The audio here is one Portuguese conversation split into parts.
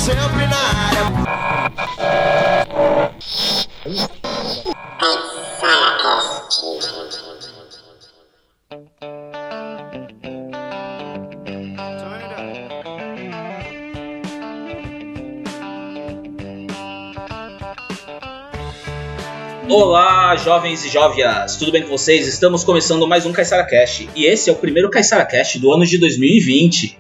sempre na área. Olá, jovens e jóvias, tudo bem com vocês? Estamos começando mais um Caissara Cast e esse é o primeiro Caissara Cast do ano de 2020.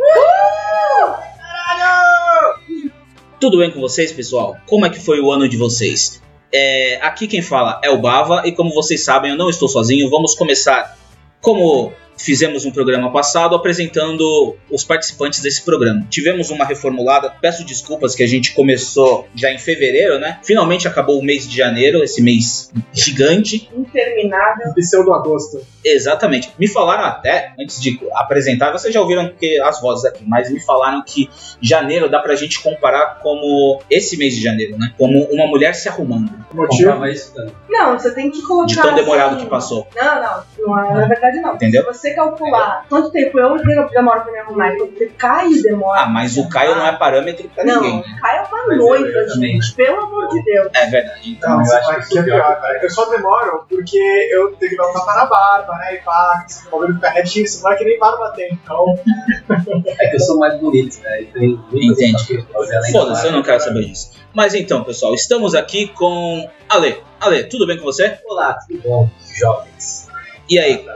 Tudo bem com vocês, pessoal? Como é que foi o ano de vocês? Aqui quem fala é o Bava e como vocês sabem eu não estou sozinho. Vamos começar como fizemos no programa passado, apresentando os participantes desse programa. Tivemos uma reformulada, peço desculpas que a gente começou já em fevereiro, né? Finalmente acabou o mês de janeiro, esse mês gigante. Interminável. Pseudo-agosto. Exatamente. Me falaram até, antes de apresentar, vocês já ouviram as vozes aqui, mas me falaram que janeiro dá pra gente comparar como esse mês de janeiro, né? Como uma mulher se arrumando. Motivo? Não, você tem que colocar... De tão demorado assim, que passou. Não, na verdade não. Entendeu? Se você calcular quanto tempo eu demoro pra me arrumar e quanto tempo Caio demora... Ah, mas o Caio não é parâmetro pra ninguém, né? Não, Caio é uma noiva, gente. Pelo amor de Deus. É verdade. Então, Não, eu acho que é pior, cara. Eu só demoro porque eu tenho que dar um tapa na barba, né? E pá, o cabelo fica retinho, isso não é que nem barba tem, então... É que eu sou mais bonito, né? Entende? Foda-se, eu não quero saber disso. Mas então, pessoal, estamos aqui com Ale. Ale, tudo bem com você? Olá, tudo bom, jovens? E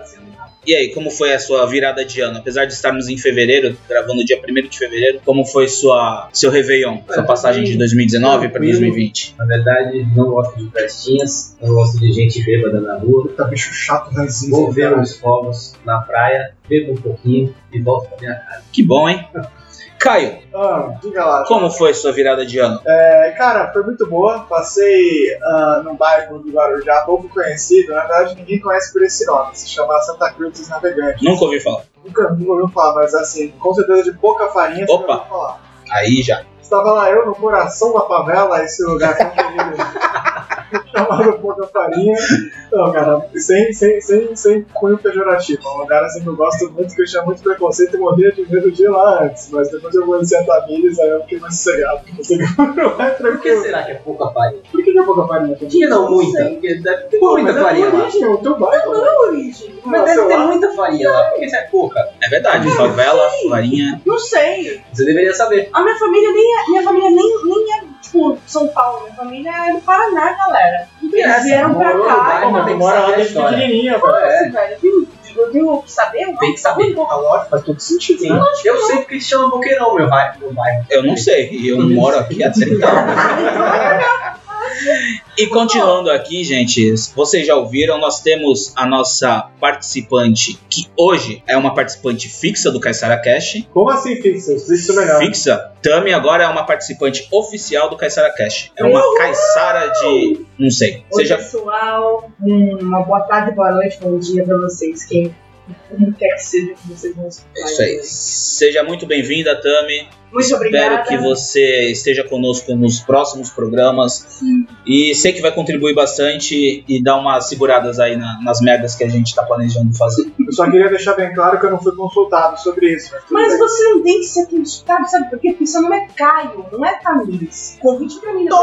aí, como foi a sua virada de ano? Apesar de estarmos em fevereiro, gravando dia 1º de fevereiro, como foi seu Réveillon? Sua passagem de 2019 para 2020? Na verdade, não gosto de festinhas, não gosto de gente bêbada na rua. Tá bicho chato, ranzinho. Vou ver os fogos na praia, bebo um pouquinho e volto pra minha casa. Que bom, hein? Caio, Diga lá. como foi sua virada de ano? Cara, foi muito boa. Passei num bairro do Guarujá, pouco conhecido. Na verdade, ninguém conhece por esse nome. Se chama Santa Cruz dos Navegantes. Nunca ouvi falar. Nunca ouviu falar, mas assim, com certeza de pouca farinha você Opa. ouviu falar. Aí já. Estava lá eu no coração da favela, esse lugar tão querido, chamado Pouca Farinha. Não, cara, sem cunho pejorativo. É um lugar assim que eu gosto muito, que eu tinha muito preconceito e morria de medo de ir lá antes. Mas depois eu conheci a Tamires, aí eu fiquei mais sossegado. Por que será que é pouca farinha? Por que é pouca farinha? Tinha não muita, porque deve ter muita farinha lá. O teu bairro? Não é origem. Mas deve ter muita farinha lá, por que isso é pouca? É verdade, favela, farinha. Não sei. Você deveria saber. A minha família nem é, tipo, São Paulo. Minha família é do Paraná, galera. Eles vieram pra cá. Mas tem que mora saber lá a desde história. pequenininha, Nossa, velho. velho. Eu tenho que saber? Tem que saber. Tá lógico, faz todo sentido. Sim, eu sei porque se chama Boqueirão, meu bairro. Eu não sei, eu moro aqui há 30 anos. E continuando aqui, gente, vocês já ouviram, nós temos a nossa participante, que hoje é uma participante fixa do Caissara Cast. Como assim, fixa? Isso melhor. Fixa? Tami agora é uma participante oficial do Caissara Cast. É uma Caissara de... não sei. Oi, pessoal. Uma boa tarde, boa noite, bom dia pra vocês. Quem quer que seja que vocês vão escutar. É isso aí. Seja muito bem-vinda, Tami. Muito obrigada. Espero que você esteja conosco nos próximos programas. E sei que vai contribuir bastante e dar umas seguradas aí nas merdas que a gente tá planejando fazer. Eu só queria deixar bem claro que eu não fui consultado sobre isso. Mas você não tem que ser consultado, sabe por quê? Porque seu nome é Caio, não é Tamires. Convite pra mim.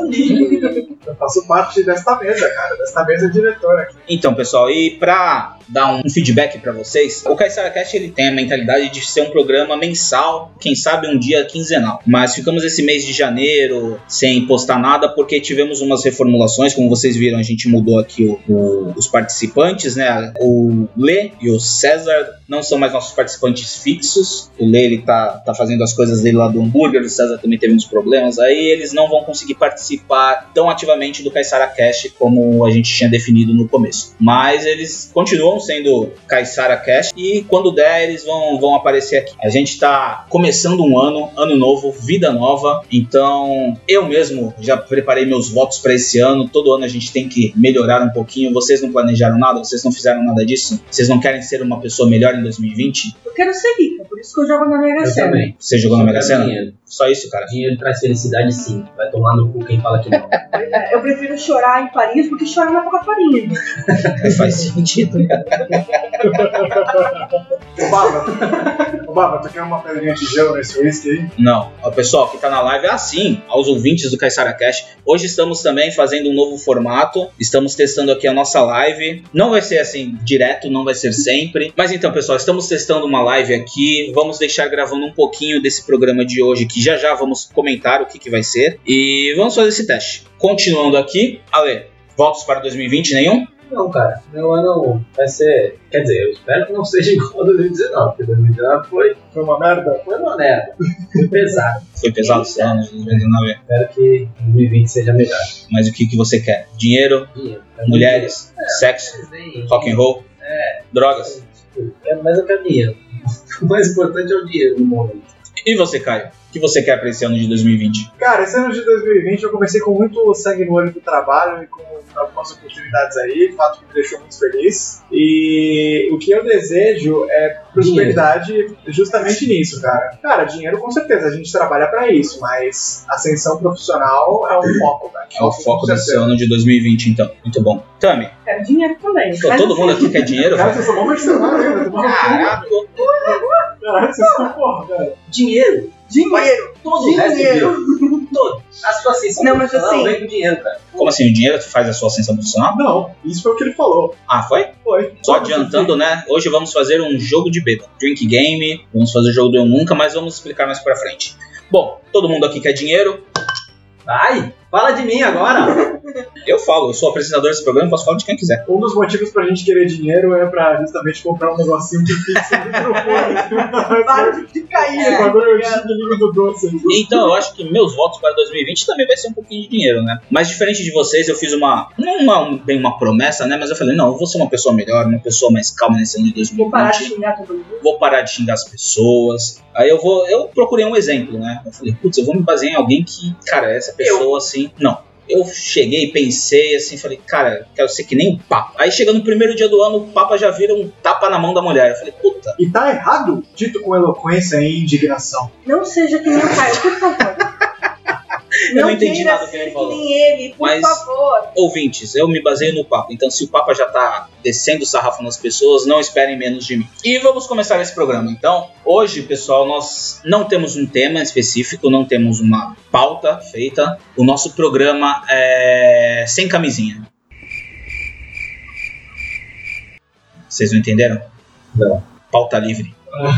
Eu faço parte desta mesa, cara. Desta mesa diretora aqui. Então, pessoal, e pra dar um feedback pra vocês, o Caissara Cast ele tem a mentalidade de ser um programa mensal, quem sabe um dia quinzenal. Mas ficamos esse mês de janeiro sem postar nada porque tivemos umas reformulações, como vocês viram, a gente mudou aqui os participantes, né? O Lê e o César não são mais nossos participantes fixos. O Lê, ele tá fazendo as coisas dele lá do hambúrguer, o César também teve uns problemas, aí eles não vão conseguir participar tão ativamente do Caissara Cast como a gente tinha definido no começo. Mas eles continuam sendo Caissara Cast e quando der eles vão aparecer aqui. A gente tá começando um ano novo, vida nova, então eu mesmo já preparei meus votos para esse ano. Todo ano a gente tem que melhorar um pouquinho. Vocês não planejaram nada? Vocês não fizeram nada disso? Vocês não querem ser uma pessoa melhor em 2020? Eu quero ser rica. por isso que eu jogo na Mega Eu Sena. também. Você jogou na Mega Sena? Dinheiro. Só isso, cara. Dinheiro traz felicidade, sim. Vai tomar no cu quem fala que não. Eu prefiro chorar em Paris do que chorar na Coca Farinha. Faz sentido, cara. Ô Baba, tu quer uma pedrinha de gelo nesse whisky aí? Não. Ó, pessoal que tá na live, assim, aos ouvintes do Caissara Cash, hoje estamos também fazendo um novo formato. Estamos testando aqui a nossa live. Não vai ser assim, direto, não vai ser sempre. Mas então, pessoal, estamos testando uma live aqui. Vamos deixar gravando um pouquinho desse programa de hoje, que já vamos comentar o que vai ser. E vamos fazer esse teste. Continuando aqui, Ale, votos para 2020, nenhum? Não, cara. Meu ano vai ser... Quer dizer, eu espero que não seja igual a 2019, porque 2019 foi uma merda? Foi uma merda. Foi pesado. Foi pesado esse ano de 2019. Espero que 2020 seja melhor. Mas o que você quer? Dinheiro? Dinheiro. Mulheres? Sexo? Rock and roll? Drogas? Mas eu quero dinheiro. O mais importante é o dinheiro no momento. E você, Caio? O que você quer para esse ano de 2020? Cara, esse ano de 2020 eu comecei com muito sangue no olho do trabalho e com algumas oportunidades aí, fato que me deixou muito feliz. E o que eu desejo é prosperidade justamente nisso, cara. Cara, dinheiro com certeza, a gente trabalha pra isso, mas ascensão profissional é um foco, cara. É o foco desse ano de 2020, então. Muito bom. Tami? Quero dinheiro também. Então, todo mundo aqui quer dinheiro? Cara, vocês são bons mercenários ainda. Caraca! Caralho, vocês estão porra, cara. Dinheiro. Todo o resto é dinheiro. Todo. A sua ascensão não, mas profissional assim, vem com dinheiro, cara. Como assim? O dinheiro faz a sua ascensão profissional? Não, isso foi o que ele falou. Ah, foi? Foi. Só adiantando, né? Hoje vamos fazer um jogo de bêbado. Drink game. Vamos fazer o jogo do Eu Nunca, mas vamos explicar mais pra frente. Bom, todo mundo aqui quer dinheiro. Vai! Fala de mim agora! Eu falo, eu sou apresentador desse programa, posso falar de quem quiser. Um dos motivos pra gente querer dinheiro é pra justamente comprar um negocinho que fixa no microfone. Para de cair. O bagulho é o livro do doce. Então, eu acho que meus votos para 2020 também vai ser um pouquinho de dinheiro, né? Mas diferente de vocês, eu fiz bem uma promessa, né? Mas eu falei, não, eu vou ser uma pessoa melhor, uma pessoa mais calma nesse ano de 2020. Vou parar de xingar todo mundo. Vou parar de xingar as pessoas. Aí eu procurei um exemplo, né? Eu falei, putz, eu vou me basear em alguém que, cara, essa pessoa assim... Não. Eu cheguei, pensei assim, falei, cara, quero ser que nem o Papa. Aí chega no primeiro dia do ano, o Papa já vira um tapa na mão da mulher. Eu falei, puta. E tá errado, dito com eloquência e indignação. Não seja que nem o Caio, por favor. Eu não entendi nada do que ele falou. Que nem ele, por favor. Ouvintes, eu me baseio no Papa. Então, se o Papa já tá descendo o sarrafo nas pessoas, não esperem menos de mim. E vamos começar esse programa. Então, hoje, pessoal, nós não temos um tema específico, não temos uma pauta feita. O nosso programa é sem camisinha. Vocês não entenderam? Não. Pauta livre.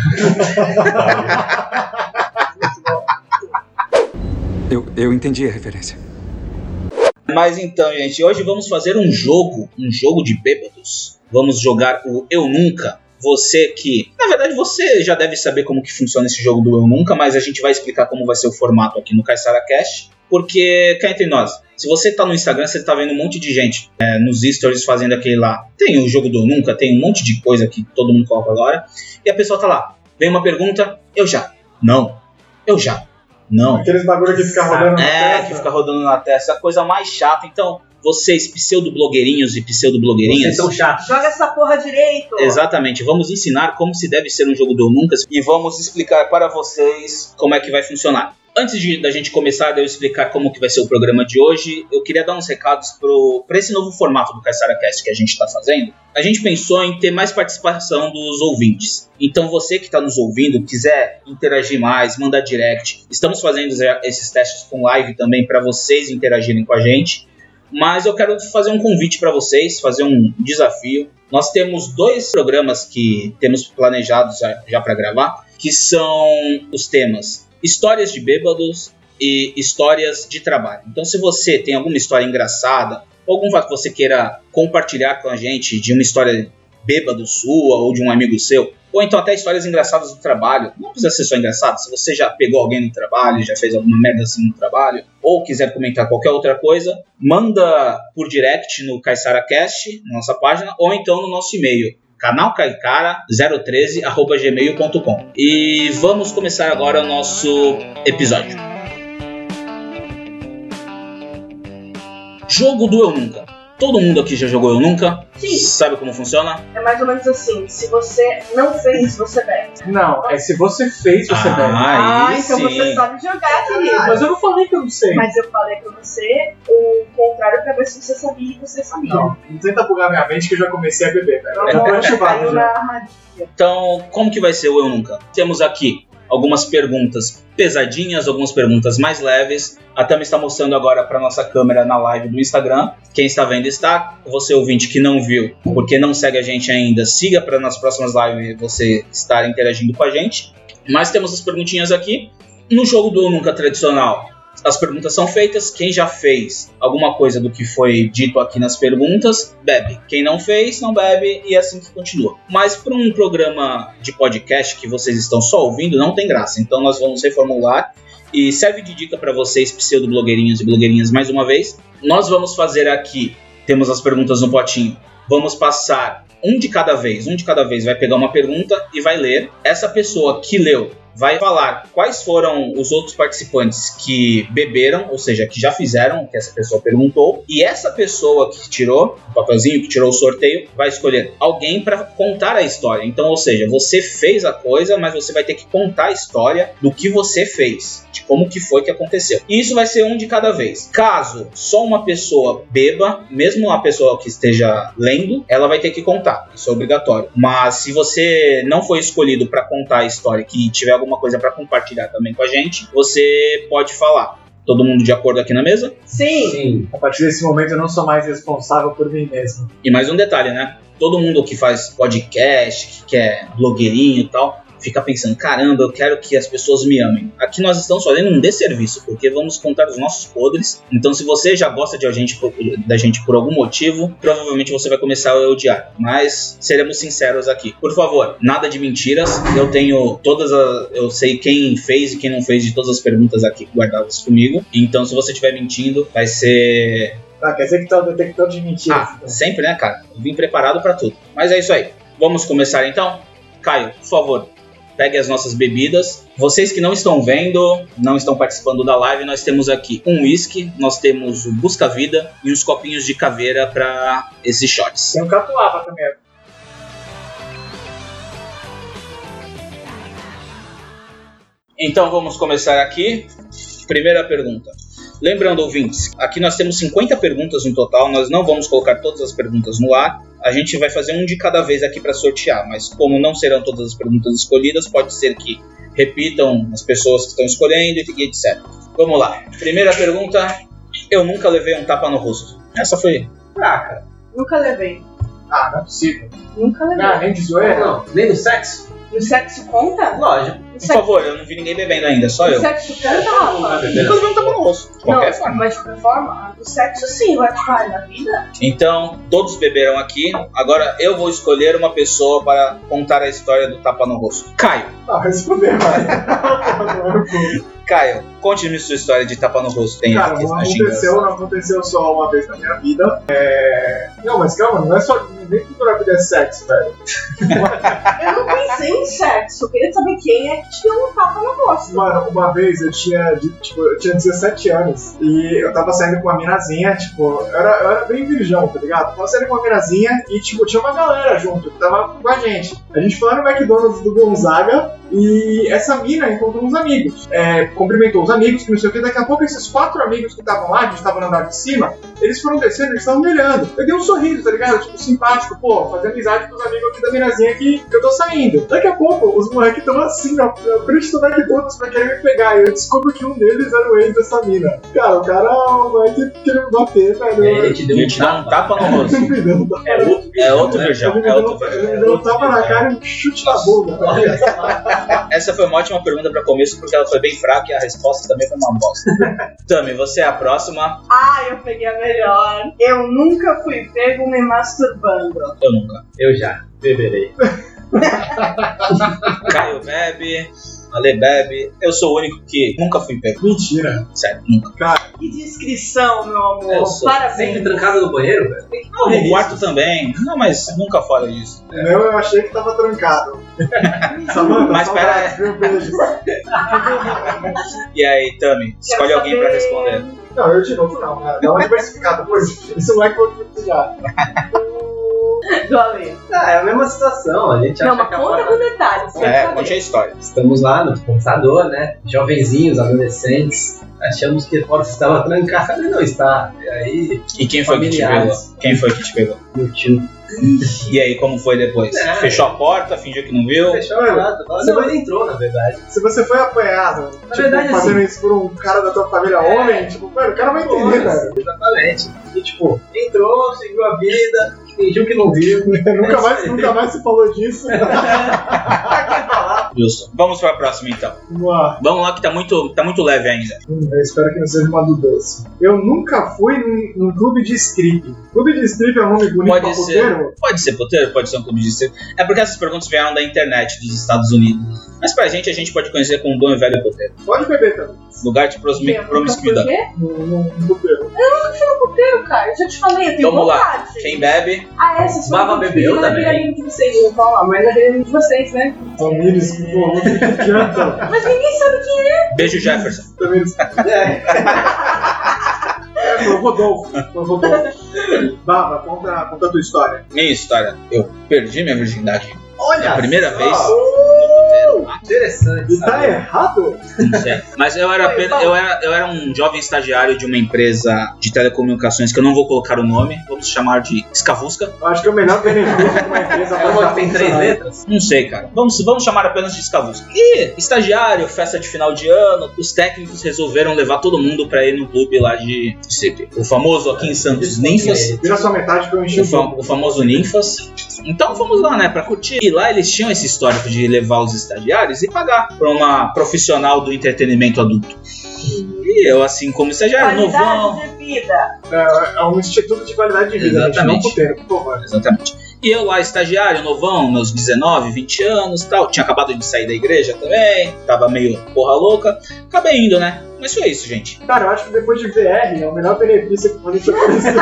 Eu entendi a referência. Mas então, gente, hoje vamos fazer um jogo de bêbados. Vamos jogar o Eu Nunca. Você que, na verdade, você já deve saber como que funciona esse jogo do Eu Nunca, mas a gente vai explicar como vai ser o formato aqui no Caissara Cash. Porque, cá entre nós, se você tá no Instagram, você tá vendo um monte de gente nos stories fazendo aquele lá. Tem o jogo do Eu Nunca, tem um monte de coisa que todo mundo coloca agora. E a pessoa tá lá, vem uma pergunta, eu já. Não. Eu já. Não. Aqueles bagulho que fica rodando na testa. Que fica rodando na testa. A coisa mais chata. Então, vocês pseudo-blogueirinhos e pseudo-blogueirinhas... Vocês são chatos. Joga essa porra direito. Exatamente. Vamos ensinar como se deve ser um jogo do Eu Nunca e vamos explicar para vocês como é que vai funcionar. Antes da gente começar, de eu explicar como que vai ser o programa de hoje, eu queria dar uns recados para esse novo formato do Caissara Cast que a gente está fazendo. A gente pensou em ter mais participação dos ouvintes. Então você que está nos ouvindo, quiser interagir mais, mandar direct. Estamos fazendo esses testes com live também para vocês interagirem com a gente. Mas eu quero fazer um convite para vocês, fazer um desafio. Nós temos 2 programas que temos planejados já para gravar, que são os temas Histórias de Bêbados e Histórias de Trabalho. Então, se você tem alguma história engraçada, ou algum fato que você queira compartilhar com a gente de uma história bêbado sua ou de um amigo seu, ou então até histórias engraçadas do trabalho, não precisa ser só engraçado, se você já pegou alguém no trabalho, já fez alguma merda assim no trabalho, ou quiser comentar qualquer outra coisa, manda por direct no Caissara Cast, na nossa página, ou então no nosso e-mail, canalcaicara013@gmail.com. E vamos começar agora o nosso episódio. Jogo do Eu Nunca. Todo mundo aqui já jogou Eu Nunca? Sim. Sabe como funciona? É mais ou menos assim, se você não fez, você bebe. Não, é se você fez, você bebe. Aí então sim. você sabe jogar, querido. Mas eu não falei que eu não sei. Mas eu falei pra você o contrário pra ver se você sabia e você sabia. Não tenta bugar minha mente que eu já comecei a beber, velho. Não, Já tô caiu enxugado na já. armadilha. Então, como que vai ser o Eu Nunca? Temos aqui algumas perguntas pesadinhas, algumas perguntas mais leves. A Tami está mostrando agora para nossa câmera na live do Instagram. Quem está vendo está. Você ouvinte que não viu, porque não segue a gente ainda, siga para nas próximas lives você estar interagindo com a gente. Mas temos as perguntinhas aqui. No jogo do Eu Nunca tradicional, as perguntas são feitas. Quem já fez alguma coisa do que foi dito aqui nas perguntas, bebe. Quem não fez, não bebe, e é assim que continua. Mas para um programa de podcast que vocês estão só ouvindo, não tem graça. Então nós vamos reformular e serve de dica para vocês, pseudo-blogueirinhos e blogueirinhas, mais uma vez. Nós vamos fazer aqui, temos as perguntas no potinho, vamos passar um de cada vez vai pegar uma pergunta e vai ler. Essa pessoa que leu vai falar quais foram os outros participantes que beberam, ou seja, que já fizeram o que essa pessoa perguntou. E essa pessoa que tirou o papelzinho, que tirou o sorteio, vai escolher alguém para contar a história. Então, ou seja, você fez a coisa, mas você vai ter que contar a história do que você fez, de como que foi que aconteceu. E isso vai ser um de cada vez. Caso só uma pessoa beba, mesmo a pessoa que esteja lendo, ela vai ter que contar. Isso é obrigatório. Mas se você não foi escolhido para contar a história, que tiver alguma coisa para compartilhar também com a gente, você pode falar. Todo mundo de acordo aqui na mesa? Sim. A partir desse momento eu não sou mais responsável por mim mesmo. E mais um detalhe, né? Todo mundo que faz podcast, que é blogueirinho e tal, fica pensando, caramba, eu quero que as pessoas me amem. Aqui nós estamos fazendo um desserviço, porque vamos contar os nossos podres. Então se você já gosta da gente por algum motivo, provavelmente você vai começar a odiar. Mas seremos sinceros aqui. Por favor, nada de mentiras. Eu tenho eu sei quem fez e quem não fez de todas as perguntas aqui guardadas comigo. Então se você estiver mentindo, vai ser... Ah, quer dizer que tu é o detector de mentiras. Sempre, né, cara? Eu vim preparado pra tudo. Mas é isso aí. Vamos começar então? Caio, por favor, pegue as nossas bebidas. Vocês que não estão vendo, não estão participando da live, nós temos aqui um whisky, nós temos o Busca-Vida e uns copinhos de caveira para esses shots. Tem um catuaba também. Então vamos começar aqui. Primeira pergunta. Lembrando, ouvintes, aqui nós temos 50 perguntas no total, nós não vamos colocar todas as perguntas no ar, a gente vai fazer um de cada vez aqui para sortear, mas como não serão todas as perguntas escolhidas, pode ser que repitam as pessoas que estão escolhendo e etc. Vamos lá. Primeira pergunta, eu nunca levei um tapa no rosto. Essa foi fraca. Nunca levei. Ah, não é possível. Nunca levei. Ah, nem de zoeira? Não, nem no sexo? No sexo conta? Lógico. Por favor, eu não vi ninguém bebendo ainda, só No eu. sexo conta, Rafa? Nunca levei um tapa no rosto, de qualquer forma. Mas de qualquer forma, o sexo sim, vai ficar na vida. Então, todos beberam aqui. Agora eu vou escolher uma pessoa para contar a história do tapa no rosto. Caio. Ah, vai se fuder, velho. Caio, conte-me sua história de tapa no rosto. Tem Cara, aqui não nas aconteceu só uma vez na minha vida. Não, mas calma, não é só... Nem tudo na vida é sexo, velho. Eu não pensei em sexo, eu queria saber quem é que te deu um tapa no rosto. Mano, uma vez eu tinha 17 anos e eu tava saindo com uma minazinha, tipo, eu era bem virgão, tá ligado? Eu tava saindo com uma minazinha e, tipo, tinha uma galera junto que tava com a gente. A gente foi lá no McDonald's do Gonzaga e essa mina encontrou uns amigos. Cumprimentou os amigos, que não sei o que. Daqui a pouco esses 4 amigos que estavam lá, a gente tava no andar de cima, eles foram descendo, eles estavam me olhando. Eu dei um sorriso, tá ligado? Tipo, simpático, pô, fazer amizade com os amigos aqui da minazinha que eu tô saindo. Daqui a pouco, os moleques estão assim, ó, na frente do McDonald's pra querer me pegar. E eu descubro que um deles era o ex dessa mina. Cara, o cara, o moleque querendo me bater, velho. Ele te deu Ele te dá um tapa no rosto. É outro virgão. Ele me deu um tapa na cara e um chute na bunda. Essa foi uma ótima pergunta para começo, porque ela foi bem fraca e a resposta também foi uma bosta. Tami, você é a próxima. Ah, eu peguei a melhor. Eu nunca fui pego me masturbando. Eu nunca. Eu já. Beberei. Caio bebe, Ale bebe. Eu sou o único que nunca fui pego. Mentira. Sério, nunca. Que descrição, meu amor. Eu sou Parabéns. Sempre trancado no banheiro, velho? Não, no quarto também. Não, mas nunca fora disso. O meu eu achei que tava trancado. Samanta, Mas pera aí. viu? Beijos. E aí, Tami, escolhe alguém pra responder. Não, eu de novo não, né? Dá uma diversificada, pois. Esse moleque foi precisar. Do Ale. É a mesma situação, a gente Não, acha mas que a conta porta... com detalhes. Conte a história. Estamos lá no computador, né? Jovenzinhos, adolescentes. Achamos que a porta estava trancada e não está. E aí, E quem foi que te pegou? familiares. Quem foi que te pegou? Meu tio E aí, como foi depois? É. Fechou a porta, fingiu que não viu? fechou a porta. Não, ele entrou, na verdade. Se você foi apanhado, verdade, fazendo assim, isso por um cara da tua família homem, tipo, velho, o cara vai entender, velho. Exatamente. E tipo, entrou, seguiu a vida, fingiu que não viu. Nunca mais se falou disso. Justo. Vamos pra próxima então. Vamos lá que tá muito leve ainda. Eu espero que não seja uma do doce. Eu nunca fui num clube de strip. Clube de strip é um nome bonito pra puteiro? Pode ser puteiro, pode ser um clube de strip. É porque essas perguntas vieram da internet dos Estados Unidos. Mas pra gente, a gente pode conhecer como um bom e velho puteiro. Pode beber também. Lugar de promiscuidade. Num puteiro. Eu nunca fui no puteiro, cara. Eu já te falei, eu tenho Vamos lá. vontade. Quem bebe? Ah, essa sua Baba bebeu também. amigo de vocês, não falar, mas é amigo de vocês, né? Famílias que porra, você que canta. Mas ninguém sabe quem é. Beijo, Jefferson. Famílias. Foi o Rodolfo. Baba, conta a tua história. Minha história. Eu perdi minha virgindade. Olha, A primeira só. vez no puteiro. Interessante. E tá errado? Não sei. Mas eu era um jovem estagiário de uma empresa de telecomunicações que eu não vou colocar o nome, vamos chamar de Escavusca. Eu acho que é o melhor benefício de uma empresa É uma que tem 3 letras? Não sei, cara. Vamos chamar apenas de Escavusca. E estagiário, festa de final de ano, os técnicos resolveram levar todo mundo pra ir no clube lá de strip. O famoso aqui em Santos, Ninfas. Vira sua metade que eu enchi O famoso Ninfas. Então fomos lá, né, pra curtir. E lá eles tinham esse histórico de levar os estagiários e pagar pra uma profissional do entretenimento adulto. E eu, assim como estagiário, novão. Qualidade de vida. É um instituto de qualidade de vida. Exatamente. Gente, não puteiro, por favor. Exatamente. E eu lá, estagiário, novão, meus 19, 20 anos e tal. Tinha acabado de sair da igreja também. Tava meio porra louca. Acabei indo, né? Mas foi isso, gente. Cara, eu acho que depois de VR é o melhor benefício que pode ser oferecido.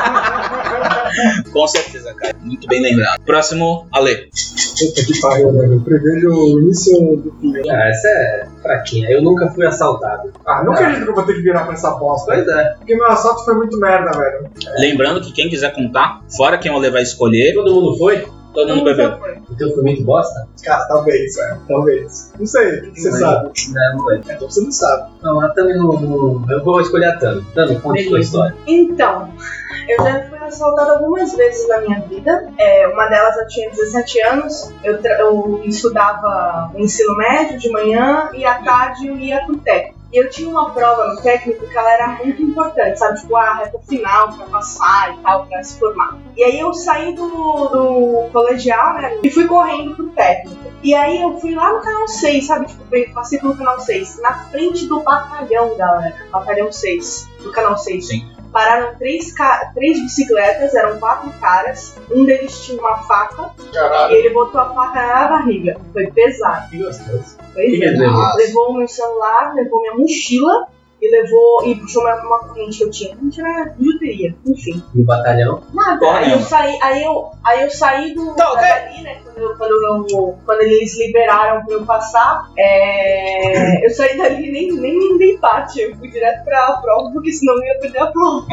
Com certeza, cara. Muito bem lembrado. Próximo, Ale. Puta que pariu, velho. Eu prevejo o início do fim. Essa é fraquinha. Eu nunca fui assaltado. Não acredito que eu vou ter que virar pra essa bosta. Pois é. Porque meu assalto foi muito merda, velho. Lembrando que quem quiser contar, fora quem o Ale vai escolher, Todo mundo foi? todo mundo bebeu. O teu foi muito bosta? Cara, talvez, velho. Talvez. Não sei, o que você sabe? Não é. Então você não sabe. Não, a Tami não. Eu vou escolher a Tami. Tami, conta a sua história. Então, eu já fui assaltada algumas vezes na minha vida. Uma delas eu tinha 17 anos. Eu estudava ensino médio de manhã e à tarde eu ia pro técnico. E eu tinha uma prova no técnico que ela era muito importante, sabe? Tipo, a reta final pra passar e tal, pra se formar. E aí eu saí do colegial, né? E fui correndo pro técnico. E aí eu fui lá no canal 6, sabe? Tipo, passei pelo canal 6, na frente do batalhão, galera. Batalhão 6, do canal 6. Sim. Pararam três bicicletas, eram 4 caras. Um deles tinha uma faca. Caralho. E ele botou a faca na barriga. Foi pesado. Que gostoso. Pois Que é. beleza. Levou o meu celular, levou minha mochila e puxou uma corrente que eu tinha. A gente era bijuteria, enfim. E o batalhão? Nada. Porra Aí nenhuma. eu saí Tá, ok. dali, né? Quando eles liberaram pra eu passar, eu saí dali e nem dei parte. Eu fui direto pra prova, porque senão eu ia perder a prova.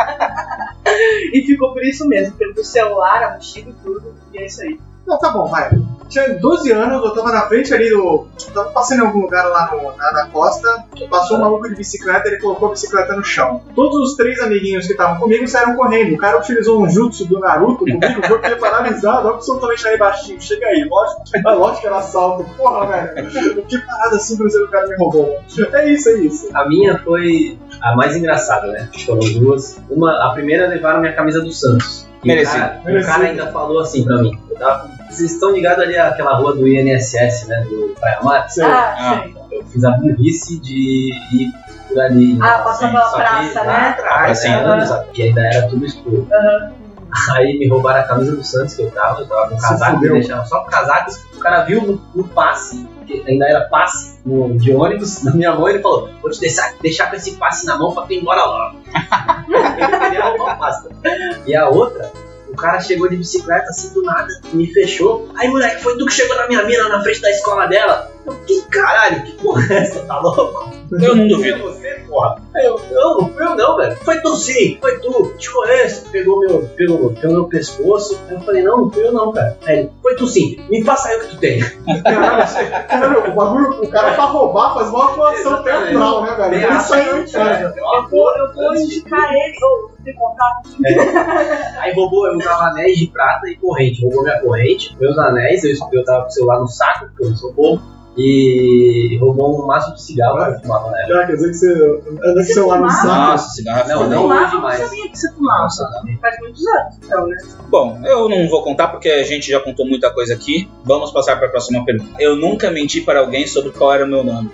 E ficou por isso mesmo, pelo celular, a mochila e tudo. E é isso aí. Não, tá bom, vai. Tinha 12 anos, eu tava na frente ali do... Eu tava passando em algum lugar lá na costa, passou um maluco de bicicleta, ele colocou a bicicleta no chão. Todos os 3 amiguinhos que estavam comigo saíram correndo. O cara utilizou um jutsu do Naruto comigo, eu fiquei paralisado, absolutamente aí baixinho. Chega aí, lógico que era assalto. Porra, velho. Eu fiquei parado assim pra dizer que o cara me roubou. É isso. A minha foi a mais engraçada, né? Foram 2. A primeira levaram minha camisa do Santos. E o cara ainda falou assim pra mim. Vocês estão ligados ali àquela rua do INSS, né? Do Praia Mar? Sei. Eu fiz a burrice de ir por ali. Passar pela Só que praça, lá né? atrás, Sim. anos, que ainda era tudo escuro. Aí me roubaram a camisa do Santos que eu tava com o casaco, me deixaram só com casaco. O cara viu no passe, que ainda era passe de ônibus, na minha mão, ele falou: vou te deixar com esse passe na mão pra tu ir embora logo. Ele queria roubar o passe. E a outra, o cara chegou de bicicleta assim do nada, me fechou. Aí, moleque, foi tu que chegou na minha mina na frente da escola dela? Eu, que caralho, que porra é essa? Tá louco? Eu não duvido. Você, porra. Aí eu, não fui eu não, velho. Foi tu sim, foi tu. Te conheço. Pegou meu pescoço. Aí eu falei, não fui eu não, cara. Aí ele, foi tu sim. Me passa aí o que tu tem. Caralho, o bagulho, o cara pra roubar faz uma atuação teatral, né, velho? Tem Isso aí, cara. Eu vou indicar ele, ou tem contato. Aí roubou, eu usava anéis de prata e corrente. Roubou minha corrente, meus anéis, eu tava com o celular no saco, porque eu não sou bobo. E roubou um maço de cigarro que eu fumava na época. Já, quer dizer que você anda com o celular no saco. Nossa, cigarro é foda. Não, Fumava, eu demais. não sabia que você fumava. Faz muitos anos, então, né? Bom, eu não vou contar porque a gente já contou muita coisa aqui. Vamos passar para a próxima pergunta. Eu nunca menti para alguém sobre qual era o meu nome.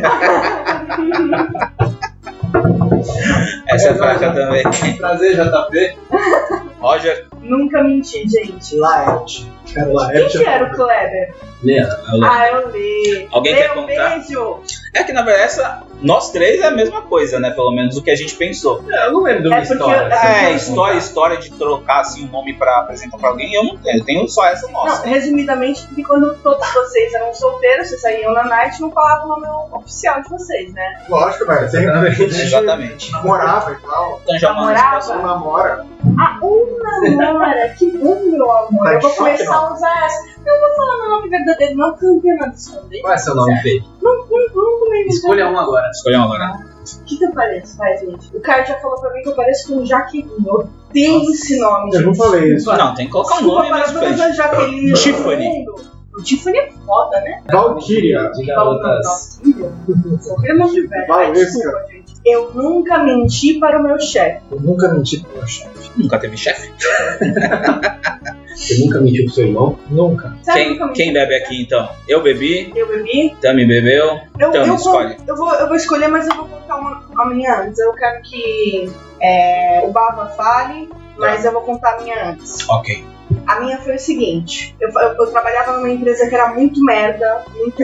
Essa é fraca também. Prazer, JP. Roger? Nunca menti, gente. Laerte. Cara, Quem Laerte que era o Kleber? Leandro. Eu li. Alguém Lê, quer contar? Beijo. É que na verdade nós três é a mesma coisa, né? Pelo menos o que a gente pensou. Eu não lembro de uma É porque história. História de trocar assim o nome pra apresentar pra alguém, eu não tenho. Eu tenho só essa nossa. Não, resumidamente, porque quando todos vocês eram solteiros, vocês saíam na night, não falavam o nome oficial de vocês, né? Lógico, velho. Tem Exatamente. namorava e tal. Então já Namorava? Não namora. Namora, que bom, meu amor. Tá Eu vou de choque, começar a usar essa. Eu vou falar meu nome verdadeiro, não, porque eu não tenho nada a esconder. Qual é seu nome fake? Não também. Escolha um agora. escolheu agora. O que eu pareço, gente? O Caio já falou pra mim que eu pareço com Jaqueline. Eu odeio esse nome, Eu não gente. falei isso. Não, tem que colocar um Desculpa nome para mais todas frente. as Jaqueline do Tiffany. mundo. O Tiffany é foda, né? Valkyria. De garotas. Valkyria é nome de velho. Ai, Valesca. desculpa, gente. Eu nunca menti para o meu chefe. Eu nunca menti pro meu chefe. Nunca teve chefe. Você nunca mentiu pro seu irmão? Nunca. Sabe nunca menti Quem bebe aqui então? Eu bebi, Eu bebi. Tami bebeu. Tami, escolhe. Eu vou escolher, mas eu vou contar a minha antes. Eu quero que o Bava fale, mas eu vou contar a minha antes. Ok. A minha foi o seguinte: eu trabalhava numa empresa que era muito merda.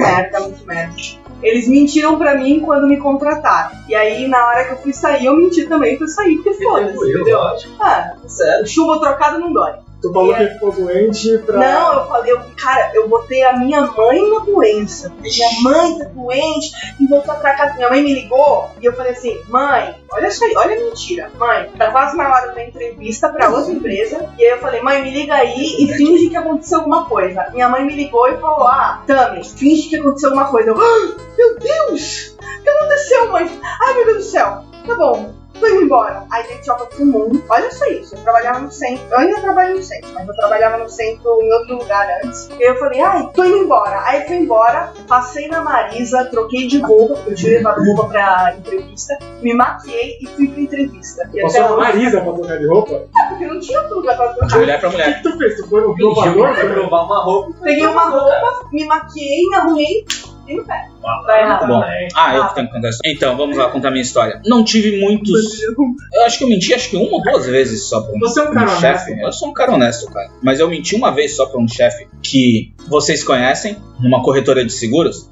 Eles mentiram pra mim quando me contrataram. E aí, na hora que eu fui sair, eu menti também pra eu sair, porque foda-se, entendeu? Ah, Sério? chuva trocada não dói. Tu falou que ficou doente pra... Não, eu falei, eu botei a minha mãe na doença. Minha mãe tá doente e voltar pra casa. Minha mãe me ligou e eu falei assim: mãe, olha isso aí, olha a mentira. Mãe, tá quase na hora da entrevista pra outra empresa. E aí eu falei: mãe, me liga aí e finge que aconteceu alguma coisa. Minha mãe me ligou e falou: Tami, finge que aconteceu alguma coisa. Eu, meu Deus, o que aconteceu, mãe? Ai, meu Deus do céu, tá bom. Tô indo embora. Aí dei tchau pra todo mundo. Olha só isso. Eu trabalhava no centro. Eu ainda trabalho no centro, mas eu trabalhava no centro em outro lugar antes. E eu falei: tô indo embora. Aí eu fui embora, passei na Marisa, troquei de roupa, porque eu tinha levado roupa pra entrevista, me maquiei e fui pra entrevista. E Passou até na hoje- Marisa pra trocar de roupa? porque não tinha outro lugar pra De trocar. mulher pra O que mulher. que tu fez? Tu foi no Fingiu provador? que foi provar uma roupa. Peguei uma roupa, me maquiei, me arrumei e no pé. Tá errado. Bom, eu que tenho que contar isso. Então, vamos lá contar minha história. Não tive muitos. Eu acho que eu menti uma ou duas vezes só pra Você é um cara chefe. honesto. Eu sou um cara honesto, cara. Mas eu menti uma vez só pra um chefe que vocês conhecem, numa corretora de seguros,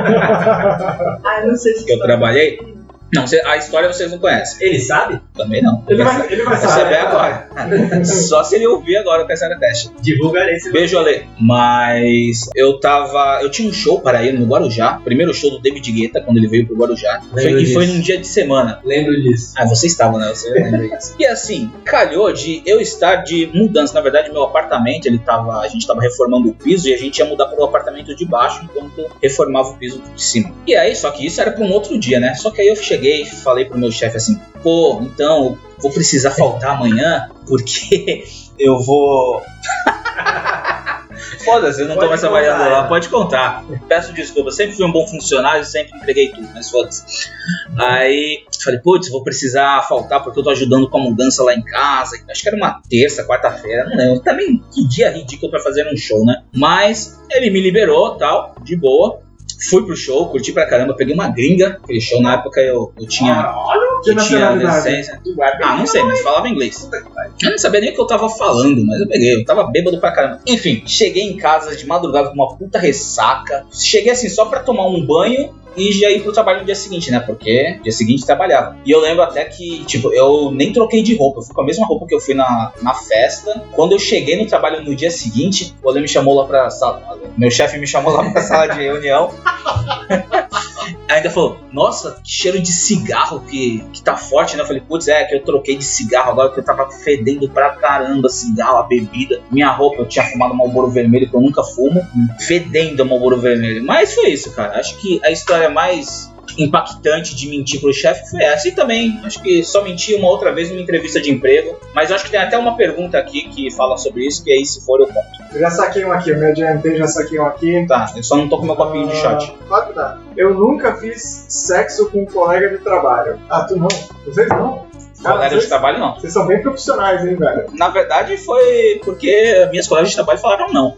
Não sei se que eu trabalhei. Não, a história vocês não conhecem. Ele sabe? Também não. Ele vai Vai saber. saber agora. Só se ele ouvir agora o Caissara Teste. Divulgarei esse Beijo, Ale. Mas eu tinha um show para ir no Guarujá. Primeiro show do David Guetta, quando ele veio pro Guarujá. Lembro E foi disso. num dia de semana. Lembro disso. Ah, você estava, né? Você lembra disso. E assim, calhou de eu estar de mudança. Na verdade, meu apartamento, a gente tava reformando o piso e a gente ia mudar pro apartamento de baixo enquanto reformava o piso de cima. E aí, só que isso era para um outro dia, né? Só que aí eu cheguei e falei pro meu chefe assim: pô, então, vou precisar faltar amanhã porque eu vou... Foda-se, eu não tô Pode mais trabalhando contar, lá, né? pode contar. Peço desculpa, sempre fui um bom funcionário, sempre entreguei tudo, mas foda-se. Aí falei: putz, vou precisar faltar porque eu tô ajudando com a mudança lá em casa. Acho que era uma terça, quarta-feira, não lembro. Também que dia ridículo pra fazer um show, né? Mas ele me liberou, tal, de boa. Fui pro show, curti pra caramba, peguei uma gringa. Aquele show na época eu tinha. Que Eu tinha nacionalidade? adolescência. Não sei, mas falava inglês. Eu não sabia nem o que eu tava falando, mas eu peguei. Eu tava bêbado pra caramba. Enfim, cheguei em casa de madrugada com uma puta ressaca. Cheguei assim só pra tomar um banho e já ir pro trabalho no dia seguinte, né? Porque dia seguinte trabalhava. E eu lembro até que, tipo, eu nem troquei de roupa. Eu fui com a mesma roupa que eu fui na festa. Quando eu cheguei no trabalho no dia seguinte, o Ale me chamou lá pra sala. Meu chefe me chamou lá pra sala de reunião. Ainda falou, nossa, que cheiro de cigarro que tá forte, né? Eu falei, putz, que eu troquei de cigarro agora porque eu tava fedendo pra caramba cigarro, a bebida. Minha roupa, eu tinha fumado Marlboro Vermelho, que eu nunca fumo, fedendo Marlboro Vermelho. Mas foi isso, cara. Acho que a história mais impactante de mentir pro chefe foi essa. E também, acho que só menti uma outra vez numa entrevista de emprego. Mas eu acho que tem até uma pergunta aqui que fala sobre isso, que aí se for eu conto. Eu já saquei um aqui, eu me adiantei, já saquei um aqui. Tá, eu só não tô com meu copinho de shot. Claro que dá. Eu nunca fiz sexo com um colega de trabalho. Ah, tu não? Vocês não? Colega de trabalho, não. Vocês são bem profissionais, hein, velho? Na verdade, foi porque minhas colegas de trabalho falaram não.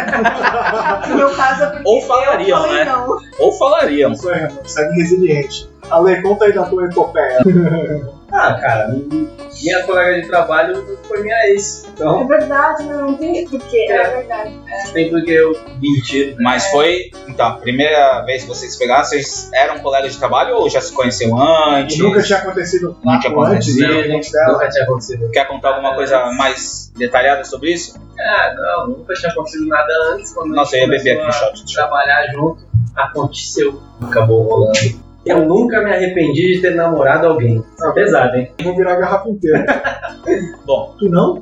No meu caso, é porque ou falariam, eu falei né? não. Ou falariam. Isso aí, mano. Segue resiliente. Ale, conta aí da tua epopeia. Ah, cara, minha colega de trabalho foi minha ex. É Então, verdade, não tem porquê. É verdade. tem porque eu menti. Mas foi, então, a primeira vez que vocês pegaram, vocês eram colegas de trabalho ou já se conheciam antes? E nunca tinha acontecido Não tinha antes, acontecido. né? Antes dela. Nunca tinha acontecido. Quer contar alguma coisa mais detalhada sobre isso? Ah, não, nunca tinha acontecido nada antes. Quando Nossa, a eu gente ia beber aqui começou no shot. a trabalhar junto, aconteceu. Acabou rolando. Eu nunca me arrependi de ter namorado alguém. Pesado, hein? Vou virar a garrafa inteira. Bom, Tu não?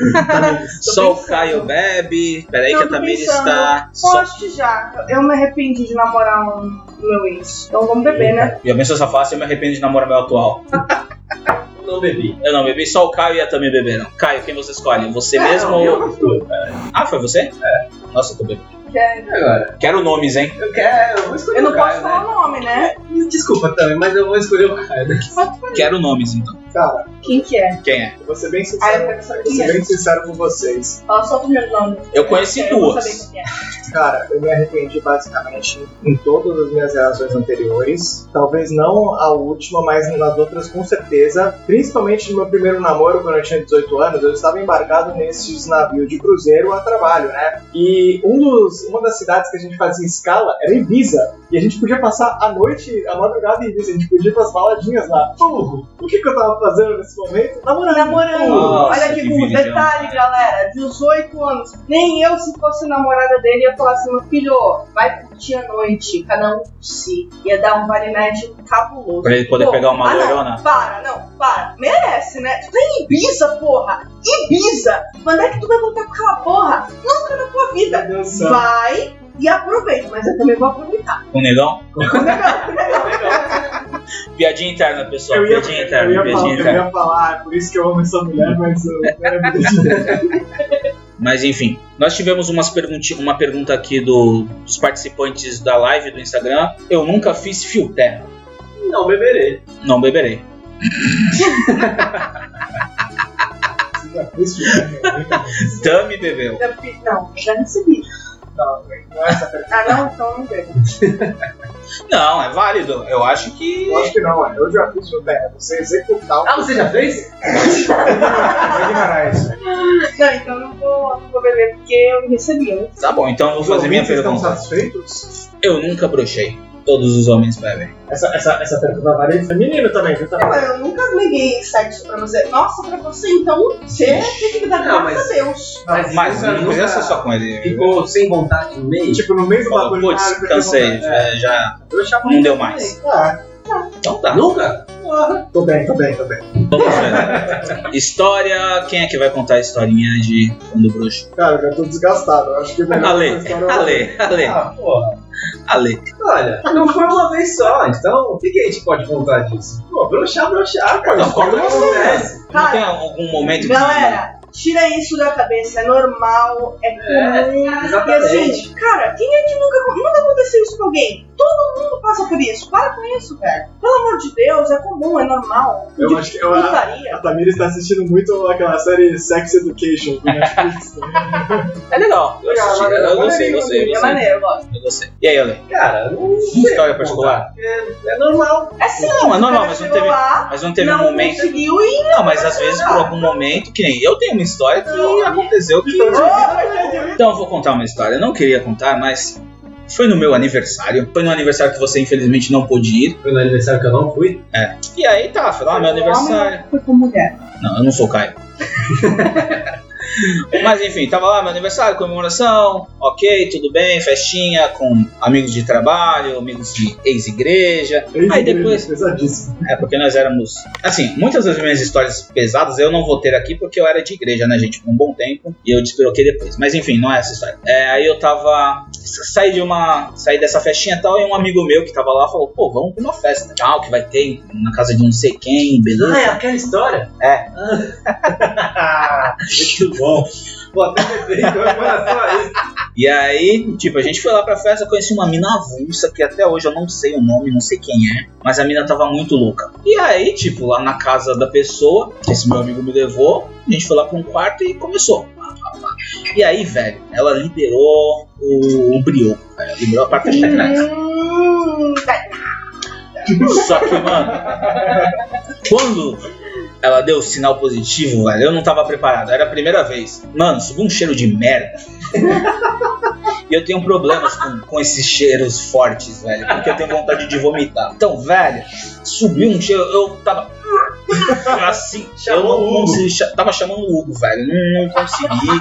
só o Caio bebe. Peraí que a Tamires está... Eu acho que já. Eu me arrependi de namorar um meu ex. Então vamos beber, né? E a benção essa face, eu me arrependo de namorar meu atual. Não bebi. Eu não bebi, só o Caio e a Tamir beberam. Caio, quem você escolhe? Você mesmo Não, ou... eu não fui, cara. Ah, foi você? É. Nossa, eu tô bebendo. Agora, Quero nomes, hein? eu vou escolher Eu não o posso Caio, falar né? o nome, né? Desculpa também, mas eu vou escolher o Caio daqui. Quero nomes, então. Cara, Quem que é? Quem é? eu vou ser bem Ah, eu sincero. quero saber Vou quem ser é. bem sincero com vocês. Fala só o primeiro nome. Eu conheci Eu vou duas. saber quem é. Cara, eu me arrependi basicamente em todas as minhas relações anteriores. Talvez não a última, mas nas outras com certeza. Principalmente no meu primeiro namoro, quando eu tinha 18 anos, eu estava embarcado nesses navios de cruzeiro a trabalho, né? E uma das cidades que a gente fazia escala era Ibiza. E a gente podia passar a noite, a madrugada em Ibiza. A gente podia ir pras baladinhas lá. O que eu tava fazendo nesse momento? Namorando. Nossa, Olha que que burro. vida, Detalhe, galera. 18 anos. Nem eu, se fosse namorada dele, ia falar assim, meu filho, vai curtir a noite. Cada um por si. Ia dar um vale-net cabuloso. Pra ele poder pegar uma loirona? Para. Merece, né? Tu tá em Ibiza, porra. Ibiza. Quando é que tu vai voltar com aquela porra? Nunca na tua vida. Meu Deus do céu. Vai e aproveita. Mas eu também vou aproveitar. Com o negão? Legal. Piadinha interna, pessoal. Eu Piadinha interna. ia falar, por isso que eu amo essa mulher, mas eu quero me decidir. Mas enfim, nós tivemos uma pergunta aqui dos participantes da live do Instagram. Eu nunca fiz fio terra. Não beberei. Não beberei. Você já fez filme? Tami bebeu. Não, já recebi. Não é essa pergunta. Ah, não? Então não bebo. Não, é válido. Eu acho que... Eu acho que não, eu já fiz filme. Você executar o Ah, você já fez? Vai ignorar isso. Não, então não vou beber porque eu recebi. Né? Tá bom, então eu vou Os fazer minha ouvintes estão pergunta. satisfeitos? Eu nunca brochei. Todos os homens bebem. Essa pergunta vale feminino também, viu? Não, eu nunca neguei sexo pra você. Nossa, pra você então, você tem que dar Não, graças mas- a Deus. Mas não nunca precisa ser só com ele. Ficou sem vontade no meio? Tipo, no meio do Falou, bagulho. putz, cara, cansei. pergunta. Já Eu chamo não deu mais. Então tá. Nunca? Tô bem. Vamos ver. História. Quem é que vai contar a historinha de quando bruxo? Cara, eu já tô desgastado. Eu acho que melhor Ale. essa história eu- Ah, porra. Ale. Olha, não foi uma vez só, então o que a gente pode contar disso? Pô, broxar, cara. Não, conta Não você. acontece. Não tem algum momento que... Galera, tira isso da cabeça, é normal, é comum. exatamente. E assim, cara, quem é que nunca aconteceu isso com alguém? Todo mundo passa por isso. Para com isso, velho. Pelo amor de Deus, é comum, é normal. Eu acho que Putaria. a Tamira está assistindo muito aquela série Sex Education do Netflix. É legal. Eu Legal, assisti, legal. eu gostei. É maneiro, eu gosto. Eu gostei. E aí, Ale? Cara, não História particular? é normal. É sim, Não, é normal, o cara mas não chegou teve- lá, Mas não teve não um momento... conseguiu e... Não, mas às vezes por algum momento, que nem eu tenho uma história que aconteceu que... Então eu vou contar uma história. Eu não queria contar, mas foi no meu aniversário. Foi no aniversário que você infelizmente não pôde ir. Foi no aniversário que eu não fui. E aí tá, foi lá meu aniversário. Foi com mulher. Não, eu não sou o Caio. Mas enfim, tava lá, meu aniversário, comemoração, ok, tudo bem, festinha com amigos de trabalho, amigos de ex-igreja. Aí depois... Pesadíssimo. Porque nós éramos... Assim, muitas das minhas histórias pesadas eu não vou ter aqui porque eu era de igreja, né, gente, por um bom tempo. E eu despiroquei depois. Mas enfim, não é essa história. Aí eu tava... Saí dessa festinha e tal, e um amigo meu que tava lá falou, pô, vamos pra uma festa. Tal, que vai ter na casa de não sei quem, beleza? É aquela história? É. Muito bom. Vou até beber então em relação a isso. E aí, tipo, a gente foi lá pra festa, conheci uma mina avulsa, que até hoje eu não sei o nome, não sei quem é, mas a mina tava muito louca. E aí, tipo, lá na casa da pessoa, que esse meu amigo me levou, a gente foi lá pra um quarto e começou. E aí, velho, ela liberou o brioco, velho, liberou a parte da secreta. Só que, mano, quando ela deu o sinal positivo, velho, eu não tava preparado, era a primeira vez. Mano, subiu um cheiro de merda. E eu tenho problemas com esses cheiros fortes, velho, porque eu tenho vontade de vomitar. Então, velho, subiu um cheiro, eu tava... assim, eu não consegui, tava chamando o Hugo, velho, não consegui.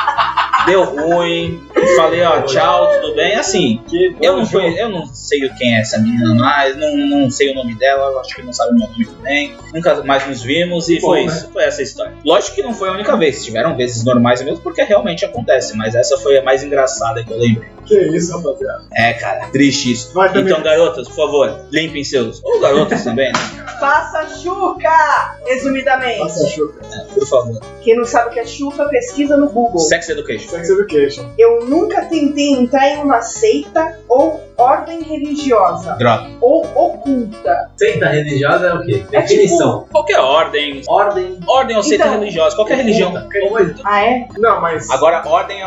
Deu ruim, falei, ó, tchau, tudo bem, assim, eu não sei quem é essa menina mais, não sei o nome dela, acho que não sabe o meu nome também, nunca mais nos vimos e foi isso, foi essa história. Lógico que não foi a única vez, tiveram vezes normais mesmo, porque realmente acontece, mas essa foi a mais engraçada que eu lembrei. Que isso, rapaziada. Cara, triste isso. Então, garotas, por favor, limpem seus, ou garotas também, né? Faça chuca, resumidamente. Faça chuca. Por favor. Quem não sabe o que é chuca, pesquisa no Google. Sex Education. Sex Education. Eu nunca tentei entrar em uma seita ou ordem religiosa. Droga. Ou oculta. Seita religiosa é o quê? É Definição. Qualquer ordem ou seita Então, religiosa, qualquer religião. Ah, é? Não, mas... Agora, ordem é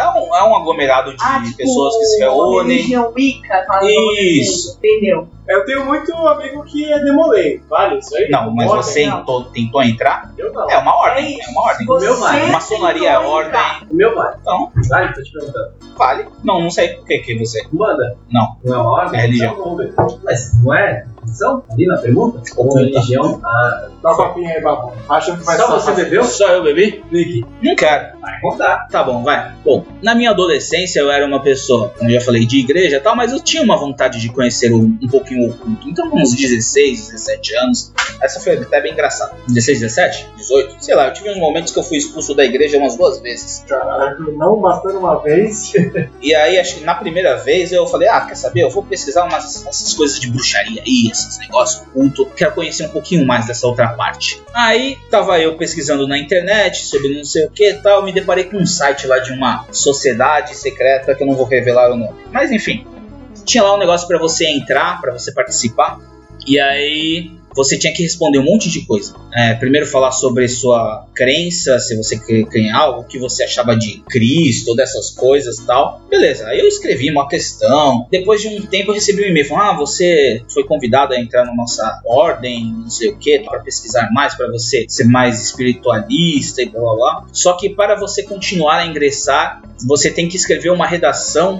um aglomerado de Tipo, pessoas que se reúnem. religião Wicca. aquela Isso. coisa assim, entendeu? Eu tenho muito amigo que é demolei. Vale isso aí? Não, mas Ordem? você não. tentou entrar? Eu não. É uma ordem. É É uma ordem. Você meu vale. Maçonaria é tentou ordem. entrar. O meu vale. Então, Vale, tô te perguntando. vale. Não sei por que você. Umbanda? Não. Não é uma ordem? É religião. Então, vamos ver. Mas não é? São? Ali na pergunta? Ou religião? Ah, Dá um papinho aí, Babu. Achando que vai só ser você bebeu? Só eu bebi? Clique. Não quero. Vai contar. Tá bom, vai. Bom, na minha adolescência eu era uma pessoa, como eu já falei, de igreja e tal, mas eu tinha uma vontade de conhecer um pouquinho o oculto. Então, com uns 16, 17 anos, essa foi até bem engraçada. 16, 17? 18? Sei lá, eu tive uns momentos que eu fui expulso da igreja umas 2 vezes. Caralho, não bastando uma vez. E aí, acho que na primeira vez eu falei, quer saber? Eu vou pesquisar essas coisas de bruxaria aí, esses negócios ocultos. Quero conhecer um pouquinho mais dessa outra parte. Aí, tava eu pesquisando na internet sobre não sei o que e tal, me deparei com um site lá de uma sociedade secreta que eu não vou revelar o nome. Mas enfim, tinha lá um negócio pra você entrar, pra você participar. E aí você tinha que responder um monte de coisa. Primeiro falar sobre sua crença, se você crê em algo, o que você achava de Cristo, dessas coisas e tal. Beleza, aí eu escrevi uma questão. Depois de um tempo eu recebi um e-mail falando, você foi convidado a entrar na nossa ordem, não sei o que, para pesquisar mais, para você ser mais espiritualista e blá blá blá. Só que para você continuar a ingressar, você tem que escrever uma redação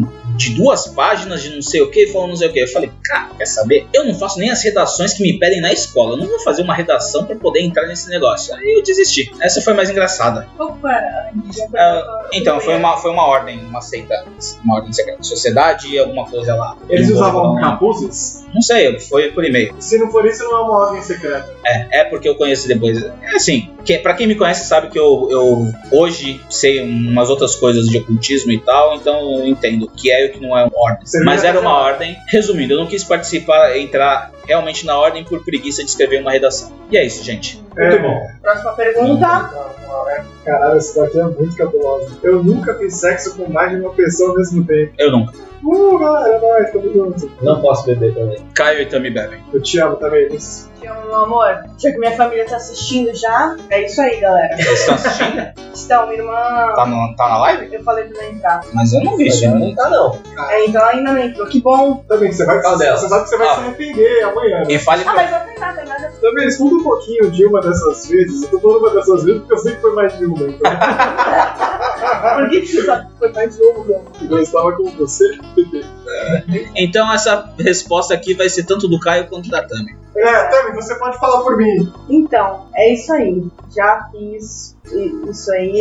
de 2 páginas de não sei o que, falando não sei o que. Eu falei, cara, quer saber? Eu não faço nem as redações que me pedem na escola. Eu não vou fazer uma redação pra poder entrar nesse negócio. Aí eu desisti. Essa foi mais engraçada. Qual foi a Então, foi uma ordem, uma seita, uma ordem secreta. Sociedade e alguma coisa lá. Eles usavam capuzes? Não sei, foi por e-mail. Se não for isso, não é uma ordem secreta. É porque eu conheço depois. É assim, pra quem me conhece sabe que eu hoje sei umas outras coisas de ocultismo e tal, então eu entendo o que é e o que não é uma ordem. Mas era uma ordem. Resumindo, eu não quis entrar realmente na ordem por preguiça de escrever uma redação. E é isso, gente. Muito bom. Próxima pergunta. Caralho, essa daqui é muito cabulosa. Eu nunca fiz sexo com mais de uma pessoa ao mesmo tempo. Eu nunca. Galera, é nóis, tamo junto. Não posso beber também. Caio e Tami bebem. Eu te amo também, Liz. Te amo, meu amor. Já que minha família tá assistindo já, é isso aí, galera. Vocês estão assistindo? Então, minha irmã... Tá na live? Eu falei pra ela entrar. Mas eu não vi isso. Não tá não. Então ela ainda não entrou. Que bom. Também, você sabe que você vai se arrepender amanhã, né? E fale Mas vai treinar, tem nada. Também, escuta um pouquinho de uma dessas vezes. Eu tô falando uma dessas vezes porque eu sei que foi mais de uma, então. Por que você sabe que foi mais de uma? Eu estava com você. Então essa resposta aqui vai ser tanto do Caio quanto da Tami. Tami, você pode falar por mim. Então, é isso aí. Já fiz isso aí.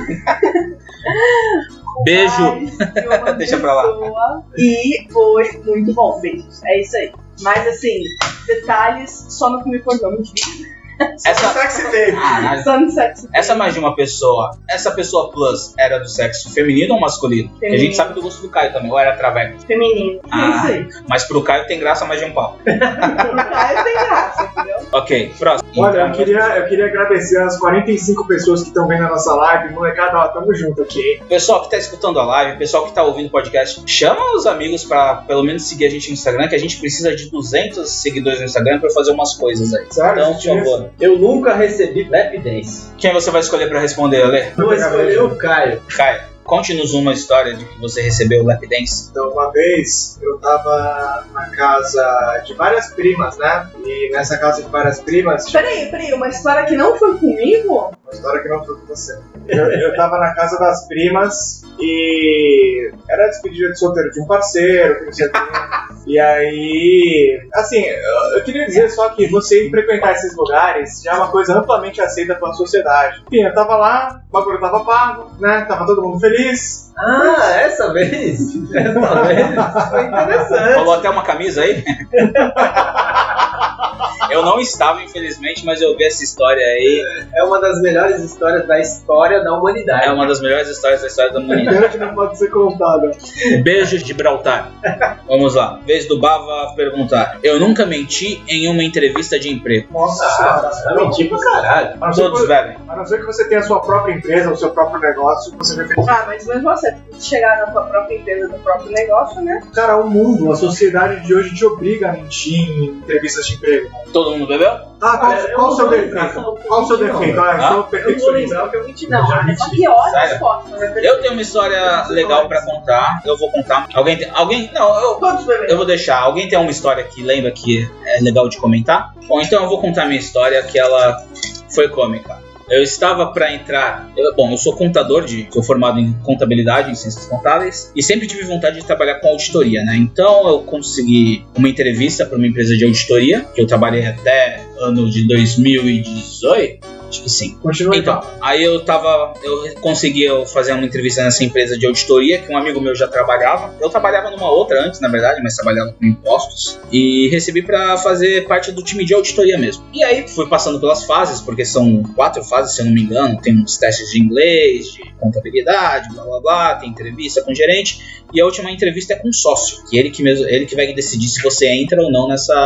Beijo. Deixa pra lá. E foi muito bom. Beijos. É isso aí. Mas assim, detalhes só no filme pornô, mentira. Sexy tape. Só no sexy tape. Essa mais de uma pessoa. Essa pessoa plus era do sexo feminino ou masculino? Porque a gente sabe do gosto do Caio também. Ou era traveco? Feminino. É isso aí. Mas pro Caio tem graça mais de um pau. Pro Caio tem graça, entendeu? Ok, próximo. Olha, eu queria agradecer as 45 pessoas que estão vendo a nossa live. Molecada, ó, tamo junto aqui. Pessoal que tá escutando a live, pessoal que tá ouvindo o podcast, chama os amigos pra pelo menos seguir a gente no Instagram, que a gente precisa de 200 seguidores no Instagram pra fazer umas coisas aí. Sério? Então, por favor. Eu nunca recebi lap dance. Quem você vai escolher pra responder, Ale? Vou escolher o Caio. Caio, conte-nos uma história de que você recebeu o lap dance. Então, uma vez eu tava na casa de várias primas, né? E nessa casa de várias primas. Peraí, uma história que não foi comigo? Uma história que não foi com você. Eu tava na casa das primas e era a despedida de solteiro de um parceiro, que não sei o que. E aí, assim, eu queria dizer só que você ir frequentar esses lugares já é uma coisa amplamente aceita pela sociedade. Enfim, eu tava lá, o bagulho tava pago, né? Tava todo mundo feliz. Ah, essa vez? Essa vez foi interessante. Falou até uma camisa aí? Eu não estava, infelizmente, mas eu vi essa história aí. É uma das melhores histórias da história da humanidade. É uma das melhores histórias da história da humanidade. Pena que não pode ser contada. Beijo de Gibraltar. Vamos lá. Vez do Bava perguntar. Eu nunca menti em uma entrevista de emprego. Nossa senhora. Eu menti pra caralho. Todos bebem. A não ser que você tenha a sua própria empresa, o seu próprio negócio, você vai ter... Ah, mas mesmo você chegar na sua própria empresa, no próprio negócio, né? Cara, o mundo, a sociedade de hoje te obriga a mentir em entrevistas de emprego. Todo mundo bebeu? Qual o seu defeito? Qual o seu defeito? Eu sou Eu não vou perfeccionista. lembrar que eu menti, Não, já olha só menti. que olha Sério? as fotos. Mas Eu tenho uma história legal pra contar. Eu vou contar. Alguém? Não, todos eu bebendo. vou deixar. Alguém tem uma história que lembra que é legal de comentar? Bom, então eu vou contar minha história que ela foi cômica. Eu estava para entrar... eu sou contador, sou formado em contabilidade, em ciências contábeis, e sempre tive vontade de trabalhar com auditoria, né? Então eu consegui uma entrevista para uma empresa de auditoria, que eu trabalhei até ano de 2018, acho que sim. Continua Então, aí eu consegui fazer uma entrevista nessa empresa de auditoria, que um amigo meu já trabalhava. Eu trabalhava numa outra antes, na verdade, mas trabalhava com impostos. E recebi pra fazer parte do time de auditoria mesmo. E aí fui passando pelas fases, porque são 4 fases, se eu não me engano. Tem uns testes de inglês, de contabilidade, blá blá blá, tem entrevista com o gerente. E a última entrevista é com o sócio, que ele que vai decidir se você entra ou não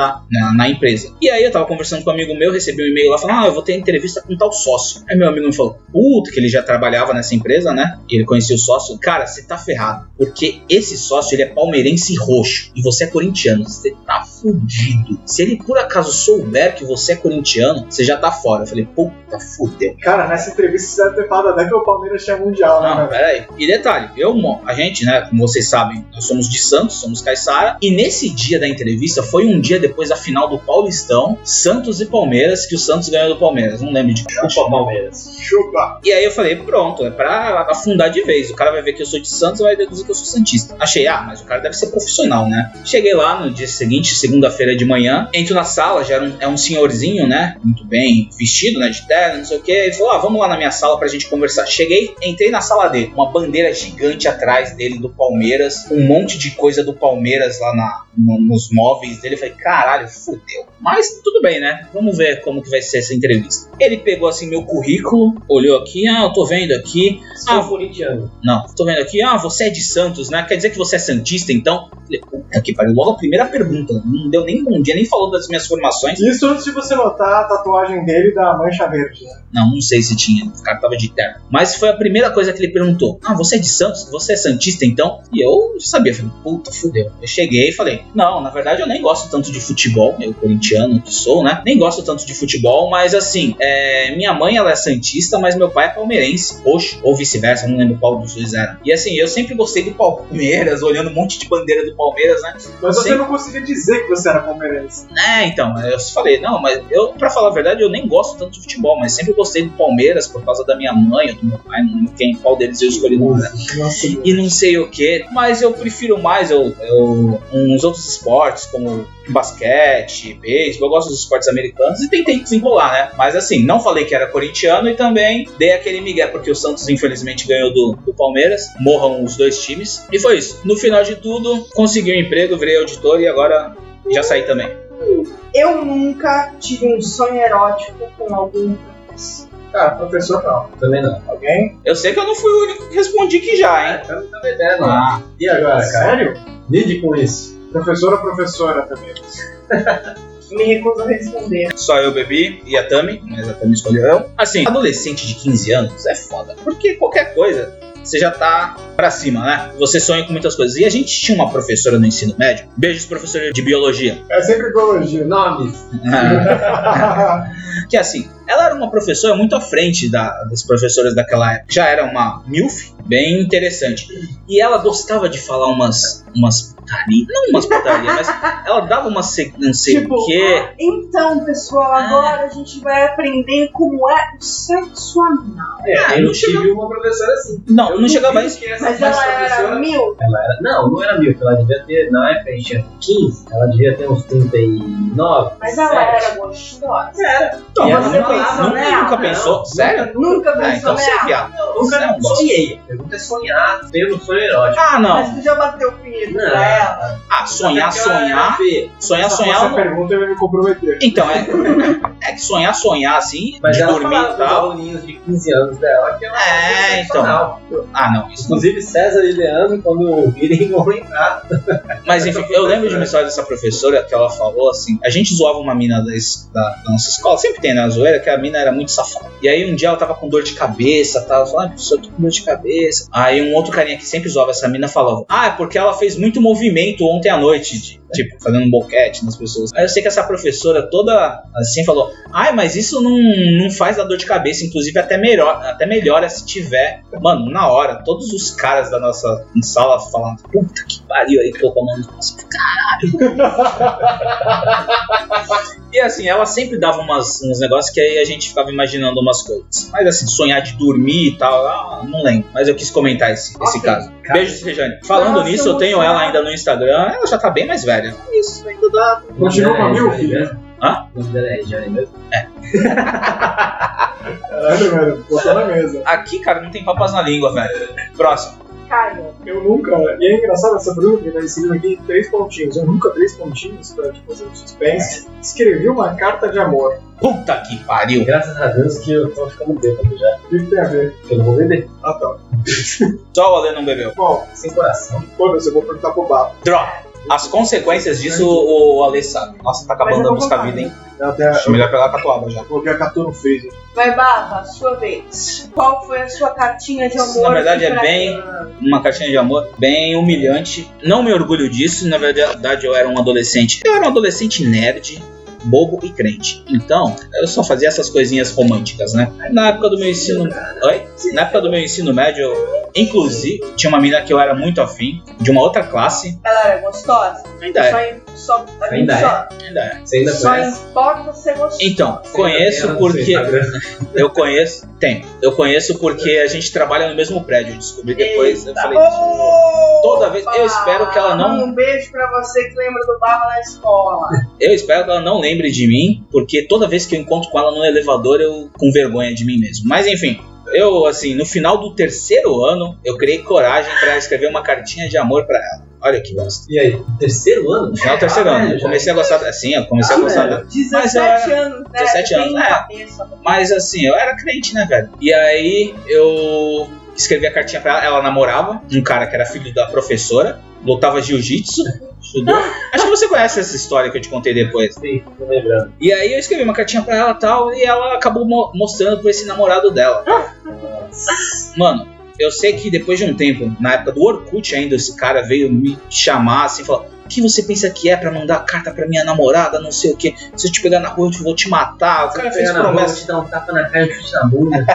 na empresa. E aí eu tava conversando com um amigo meu, recebi um e-mail lá falando, eu vou ter entrevista com tal sócio. Aí meu amigo me falou, que ele já trabalhava nessa empresa, né? E ele conhecia o sócio. Cara, você tá ferrado, porque esse sócio, ele é palmeirense roxo e você é corintiano. Você tá fudido. Se ele por acaso souber que você é corintiano, você já tá fora. Eu falei, puta, fudeu. Cara, nessa entrevista você deve ter falado até que o Palmeiras tinha mundial, né? Não, peraí. E detalhe, a gente, né, como vocês sabem, nós somos de Santos, somos Caiçara, e nesse dia da entrevista foi um dia depois da final do Paulistão, Santos e Palmeiras, que o Santos ganhou do Palmeiras. Não lembro de Chupa Palmeiras. Chupa. E aí eu falei, pronto, é pra afundar de vez. O cara vai ver que eu sou de Santos e vai deduzir que eu sou santista. Achei, mas o cara deve ser profissional, né? Cheguei lá no dia seguinte, segunda-feira de manhã, entro na sala, já era um senhorzinho, né? Muito bem vestido, né? De terno, não sei o que. Ele falou, vamos lá na minha sala pra gente conversar. Cheguei, entrei na sala dele, uma bandeira gigante atrás dele do Palmeiras, um monte de coisa do Palmeiras lá nos móveis dele. Eu falei, caralho, fudeu. Mas tudo bem, né? Vamos ver como que vai ser essa entrevista. Ele pegou assim meu currículo, olhou aqui, eu tô vendo aqui. Sou corintiano. Não, tô vendo aqui, você é de Santos, né? Quer dizer que você é santista, então? Falei, puta que pariu. Logo a primeira pergunta, não deu nem bom dia, nem falou das minhas formações. Isso antes de você notar a tatuagem dele da mancha verde, né? Não sei se tinha, o cara tava de terno. Mas foi a primeira coisa que ele perguntou. Você é de Santos? Você é santista, então? E eu sabia, falei, puta, fudeu. Eu cheguei e falei, não, na verdade eu nem gosto tanto de futebol, eu corintiano que sou, né? Nem gosto tanto de futebol, mas assim, minha mãe ela é santista, mas meu pai é palmeirense, roxo, ou vice-versa, não lembro qual dos dois era. E assim, eu sempre gostei do Palmeiras, olhando um monte de bandeira do Palmeiras, né? Mas você não conseguia dizer que você era palmeirense. Então, eu falei, não, mas pra falar a verdade, eu nem gosto tanto de futebol, mas sempre gostei do Palmeiras por causa da minha mãe ou do meu pai, não lembro qual deles eu escolhi no lugar. E não sei o que, mas eu prefiro mais uns outros esportes, como basquete, beisebol, eu gosto dos esportes americanos e tentei desenrolar, né? Mas assim, não falei que era corintiano e também dei aquele migué, porque o Santos infelizmente ganhou do Palmeiras, morram os dois times, e foi isso. No final de tudo, consegui um emprego, virei auditor e agora já saí também. Eu nunca tive um sonho erótico com algum professor. Cara, professor não. Também não. Alguém? Eu sei que eu não fui o único que respondi que já, hein? Eu não tô entendendo. Ah, E agora, cara? Sério? Lide com isso. Professora também. Me recuso a responder. só eu bebi e a Tami, mas a Tami escolheu eu. Assim, adolescente de 15 anos é foda, porque qualquer coisa você já tá pra cima, né? Você sonha com muitas coisas. E a gente tinha uma professora no ensino médio, beijos, professora de biologia. É sempre biologia. Nomes. Que assim, ela era uma professora muito à frente das professoras daquela época. Já era uma MILF, bem interessante. E ela gostava de falar umas putarias, não umas putarias, mas ela dava não sei Tipo, o quê. Então, pessoal, agora a gente vai aprender como é o sexo anal. Eu não não tive uma professora assim. Não, não chegava a isso. Mas ela era 1000? Não era 1000, ela devia ter, na época a gente tinha 15, ela devia ter uns 39. Mas ela era gostosa? Era. Não, E mas você ela pensou falava, nela? nunca pensou? Não, Sério? Nunca Ah, pensou então você é nela? viado. Eu Você é nunca um bosta. sonhei. A pergunta é sonhar, ter um sonho erótico. Ah, Mas não. tu já bateu o pinheiro Não. pra ela? Ah, sonhar. Sonhar. Essa pergunta eu ia me comprometer. Então, é que sonhar assim, Mas de ela dormir falava e com os tal. aluninhos de 15 anos dela que ela então. Ah, não, isso não. Inclusive César e Leandro, quando ouvirem, vão lembrar. Mas enfim, eu lembro de uma história dessa professora que ela falou assim, a gente zoava uma mina da nossa escola, sempre tem na zoeira, que a mina era muito safada. E aí um dia ela tava com dor de cabeça, tal, ela falou, professor, eu tô com dor de cabeça. Aí um outro carinha que sempre zoava essa mina falava, é porque ela fez muito movimento ontem à noite, tipo, fazendo um boquete nas pessoas. Aí eu sei que essa professora toda assim falou, mas isso não faz dar dor de cabeça, inclusive até melhora se tiver. Mano, na hora, todos os caras da nossa sala falando, puta que pariu, aí colocou a mão no nosso caralho. E assim, ela sempre dava uns negócios que aí a gente ficava imaginando umas coisas. Mas assim, sonhar de dormir e tal, não lembro. Mas eu quis comentar esse caso. Beijos, Rejane. Falando Nossa, nisso, eu tenho ela ainda no Instagram. Ela já tá bem mais velha. Isso, ainda dá. Continua com a Milk? Hã? O nome dela é Rejane mesmo? Caralho, velho. Botou na mesa. Aqui, cara, não tem papas na língua, velho. Próximo. Caio. Eu nunca. E é engraçado essa pergunta que tá escrito aqui 3 pontinhos. Eu nunca 3 pontinhos pra fazer um suspense. Escrevi uma carta de amor. Puta que pariu. Graças a Deus que eu tô ficando bêbado já. O que tem a ver? Porque eu não vou beber. Ah, tá. Só o Ale não bebeu. Bom, Sem coração. foda-se, eu vou perguntar pro Babo. Droga. As consequências disso o Ale sabe. Nossa, tá acabando a música vida, hein? Eu até. Acho melhor pegar a catuaba já. Eu coloquei a Catu no freezer. Vai, Baba, sua vez. Qual foi a sua cartinha de amor? Na verdade, é pra bem ela? uma cartinha de amor bem humilhante. Não me orgulho disso. Na verdade, eu era um adolescente. Eu era um adolescente nerd, bobo e crente. Então, eu só fazia essas coisinhas românticas, né? Na época do meu ensino... Oi? Na época do meu ensino médio, inclusive, tinha uma menina que eu era muito afim, de uma outra classe. Ela era gostosa? Ainda é. Ainda Ainda é. Você ainda Só conhece? importa ser gostosa. Então, Você conheço ainda tem ela no seu porque... Instagram? Eu conheço... Tem. Eu conheço porque a gente trabalha no mesmo prédio. Eu descobri depois. Eu falei... Toda vez... Eu espero que ela não... Um beijo pra você que lembra do Baba na escola. Eu espero que ela não lembre de mim, porque toda vez que eu encontro com ela no elevador, eu com vergonha de mim mesmo. Mas enfim, eu, assim, no final do 3º ano, eu criei coragem pra escrever uma cartinha de amor pra ela. Olha que bosta. E aí? Terceiro ano? No final do 3º ano, eu comecei a gostar, assim, eu comecei a gostar dela. 17 anos, né? 17 anos, Tem é. cabeça. Mas assim, eu era crente, né, velho? E aí, eu escrevi a cartinha pra ela, ela namorava um cara que era filho da professora, lutava jiu-jitsu, estudou. Acho que você conhece essa história que eu te contei depois. Sim, tô lembrando. E aí eu escrevi uma cartinha pra ela e tal, e ela acabou mostrando pra esse namorado dela. Mano, eu sei que depois de um tempo, na época do Orkut ainda, esse cara veio me chamar assim, falou: o que você pensa que é pra mandar carta pra minha namorada, não sei o que, se eu te pegar na rua eu vou te matar. O cara fez promessa. Te dar um tapa na cara e chute na bunda.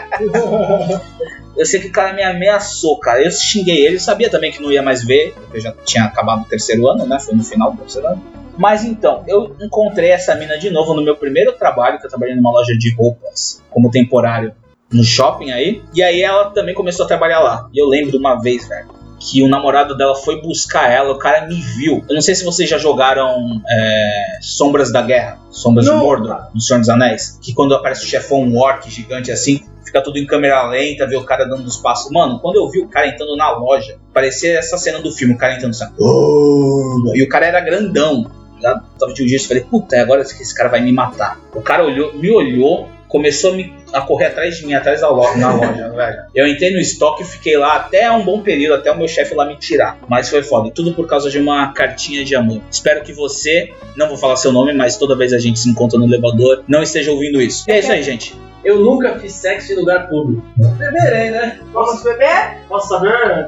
Eu sei que o cara me ameaçou, cara. Eu xinguei ele, eu sabia também que não ia mais ver, porque eu já tinha acabado o 3º ano, né? Foi no final do 3º ano. Mas então, eu encontrei essa mina de novo no meu primeiro trabalho, que eu trabalhei numa loja de roupas, como temporário, no shopping aí. E aí ela também começou a trabalhar lá. E eu lembro de uma vez, velho, que o namorado dela foi buscar ela, o cara me viu. Eu não sei se vocês já jogaram Sombras da Guerra, Sombras de Mordor, no Senhor dos Anéis, que quando aparece o chefão, um orc gigante assim, fica tudo em câmera lenta, vê o cara dando os passos. Mano, quando eu vi o cara entrando na loja, parecia essa cena do filme, o cara entrando assim, e o cara era grandão. Já tava de um dia e falei, puta, agora esse cara vai me matar. O cara me olhou, começou a correr atrás de mim, atrás da loja, na loja, velho. Eu entrei no estoque e fiquei lá até um bom período, até o meu chefe lá me tirar. Mas foi foda, tudo por causa de uma cartinha de amor. Espero que você, não vou falar seu nome, mas toda vez a gente se encontra no elevador, não esteja ouvindo isso. E é isso aí, gente. Eu nunca fiz sexo em lugar público. Beberei, né? Vamos beber? Posso saber?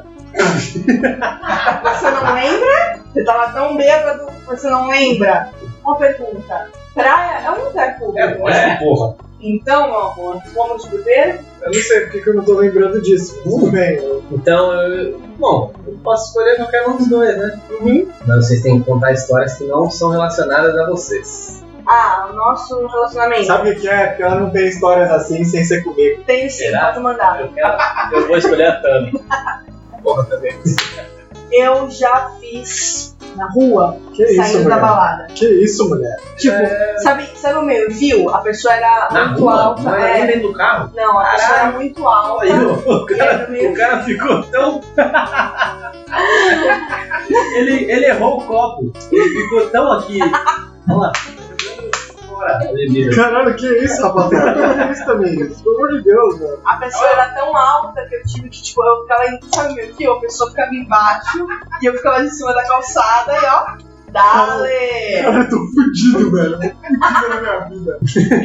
Você não lembra? Você tava tão bêbado que você não lembra? Uma pergunta. Praia é um lugar público, né? Porra. Então, meu amor, vamos beber? Eu não sei porque que eu não tô lembrando disso. Tudo bem. Então, eu posso escolher qualquer um dos dois, né? Mas vocês têm que contar histórias que não são relacionadas a vocês. Ah, o nosso relacionamento. Sabe o que é? Porque ela não tem histórias assim sem ser comigo. Tenho sim, Será? pode mandar. Eu vou escolher a Tami. Porra, também. Eu já fiz na rua, Que isso, saindo da mulher? balada. Que isso, mulher? Tipo, sabe o meu viu? A pessoa era Na muito rua? alta. Não é nem dentro do carro? Não, a pessoa era muito alta. Aí, o o cara ficou tão... ele errou o copo. Ele ficou tão aqui. Olha lá. Fora. Caralho, que isso, rapaziada? Que isso também? Pelo amor de Deus, velho. A pessoa era tão alta que eu tive que, tipo, eu ficava em, sabe meu fio? A pessoa ficava embaixo e eu ficava em cima da calçada e ó, dale! Cara, eu tô fudido, velho. Eu tô fudido na minha vida.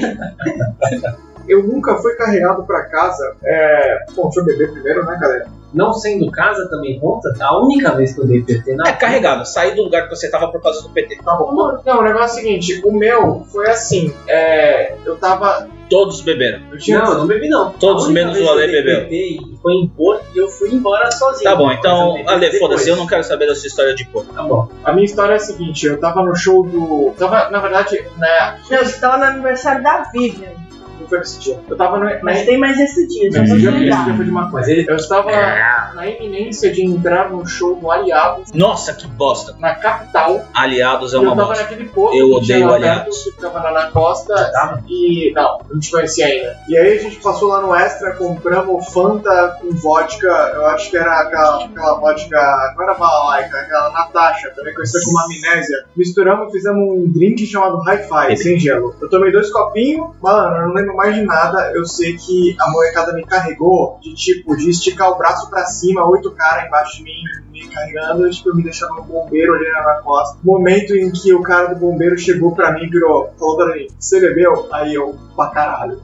Eu nunca fui carregado pra casa. Bom, deixa eu beber primeiro, né, galera? Não sendo casa também conta? A única vez que eu dei PT na Carregado, saí do lugar que você tava por causa do PT. Tá bom. Não, o negócio é o seguinte: o meu foi assim. Eu tava. Todos beberam. Eu tinha. Não, eu não bebi não. Todos A única menos vez o Ale que eu dei bebeu. PT e foi em Porto e eu fui embora sozinho. Tá bom, Mas então, eu dei Ale, PT foda-se, eu depois. não quero saber da sua história de cor. Tá bom. A minha história é a seguinte: eu tava no show do. Na verdade, né. Não, você tava no aniversário da Vivian. Não foi nesse dia. Eu tava no. Mas tem mais esse dia, só pra Esse te dia lembrar. foi de uma coisa. Mas ele... Eu estava na iminência de entrar no show do Aliados, Nossa, que bosta. na capital. Aliados é E uma eu tava bosta. naquele posto Eu que tinha odeio lá Aliados. perto, que ficava na costa. E. Não, não te conhecia ainda. E aí a gente passou lá no Extra, compramos Fanta com vodka. Eu acho que era aquela vodka. Não era balalaica, aquela Natasha, também conhecida como amnésia. Misturamos e fizemos um drink chamado Hi-Fi, sem gelo. Eu tomei 2 copinhos, mano, eu não lembro mais de nada. Eu sei que a molecada me carregou de esticar o braço pra cima, 8 caras embaixo de mim, me carregando, tipo, me deixando no bombeiro olhando na costa. Momento em que o cara do bombeiro chegou pra mim e falou pra mim: você bebeu? Aí eu, pra caralho.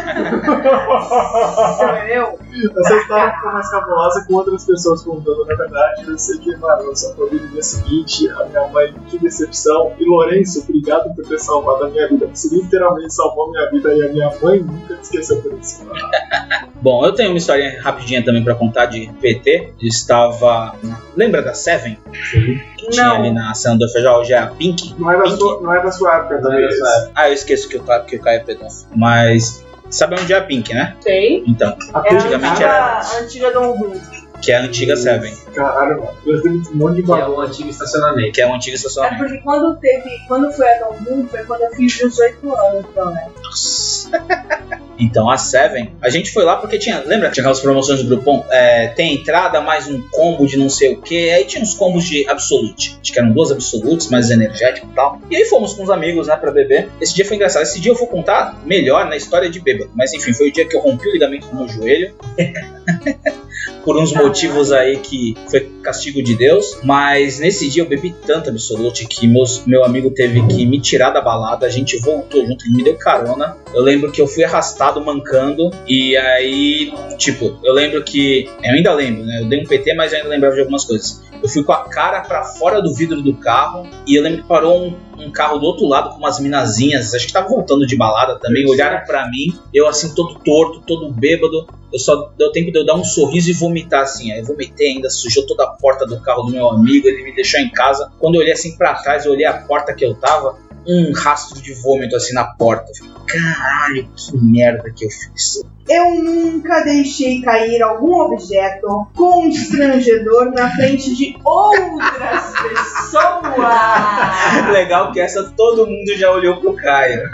Você bebeu? Essa história ficou mais cabulosa com outras pessoas contando, na verdade. Eu sei que, mano, eu só ouvi no dia seguinte, a minha mãe, que decepção. E Lourenço, obrigado por ter salvado a minha vida. Você literalmente salvou a minha vida e a minha mãe nunca te esqueceu por isso. Bom, eu tenho uma historinha rapidinha também pra contar de PT. Eu estava... Lembra da Seven? Que tinha Não. ali na Senador Feijão, hoje é a Pink. Não é da sua época também. Ah, eu esqueço que o Caio é pedófilo. Mas... Sabe onde é a Pink, né? Tem. Então, É antigamente era... a antiga Dom Rum. Que é a antiga Seven. Caralho, mano. Eu tenho um monte de Que é bagulho. um antigo estacionamento. Que é um antigo É estacionamento. porque quando foi a Dom Rum, foi quando eu fiz 18 anos, então, né? Então a Seven, a gente foi lá porque lembra? Tinha aquelas promoções do Groupon, tem entrada mais um combo de não sei o que, aí tinha uns combos de Absolute, acho que eram 2 Absolutes, mais energético e tal, e aí fomos com os amigos, né, pra beber. Esse dia foi engraçado, esse dia eu vou contar melhor na história de bêbado, mas enfim, foi o dia que eu rompi o ligamento do meu joelho, por uns motivos aí que foi castigo de Deus, mas nesse dia eu bebi tanto Absolute que meu amigo teve que me tirar da balada, a gente voltou junto, ele me deu carona. Eu lembro que eu fui arrastado, mancando, e aí, tipo, eu ainda lembro, né, eu dei um PT, mas eu ainda lembrava de algumas coisas. Eu fui com a cara pra fora do vidro do carro, e eu lembro que parou um carro do outro lado com umas minazinhas, acho que tava voltando de balada também, olharam pra mim, eu assim, todo torto, todo bêbado, eu só deu tempo de eu dar um sorriso e vomitar assim, aí eu vomitei ainda, sujou toda a porta do carro do meu amigo, ele me deixou em casa. Quando eu olhei assim pra trás, eu olhei a porta que eu tava um rastro de vômito assim na porta. Eu falei, caralho, que merda que eu fiz. Eu nunca deixei cair algum objeto constrangedor na frente de outras pessoas. Legal que essa todo mundo já olhou pro Caio.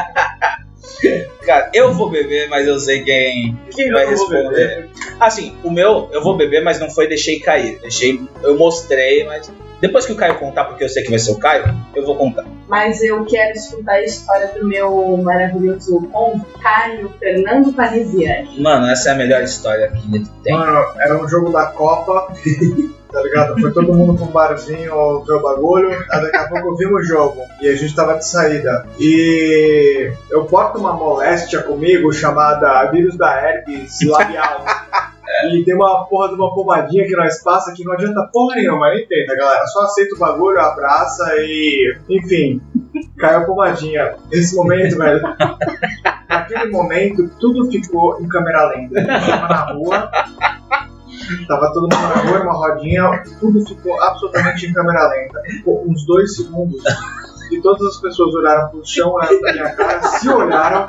Cara, eu vou beber, mas eu sei quem vai responder. Assim, o meu, eu vou beber, mas não foi deixei cair. Eu mostrei, mas depois que o Caio contar, porque eu sei que vai ser o Caio, eu vou contar. Mas eu quero escutar a história do meu maravilhoso Caio Fernando Parisiani. Mano, essa é a melhor história que tem. Mano, era um jogo da Copa, tá ligado? Foi todo mundo com um barzinho, ver o bagulho, aí daqui a pouco vimos o jogo, e a gente tava de saída. E eu porto uma moléstia comigo chamada vírus da herpes labial. E tem uma porra de uma pomadinha que nós passa que não adianta porra nenhuma, nem tenta, galera. Só aceita o bagulho, abraça e... Enfim, caiu a pomadinha. Nesse momento, velho... Naquele momento, tudo ficou em câmera lenta. A gente tava na rua... Tava todo mundo na rua, uma rodinha, tudo ficou absolutamente em câmera lenta. Ficou uns 2 segundos e todas as pessoas olharam pro chão, olharam pra minha cara, se olharam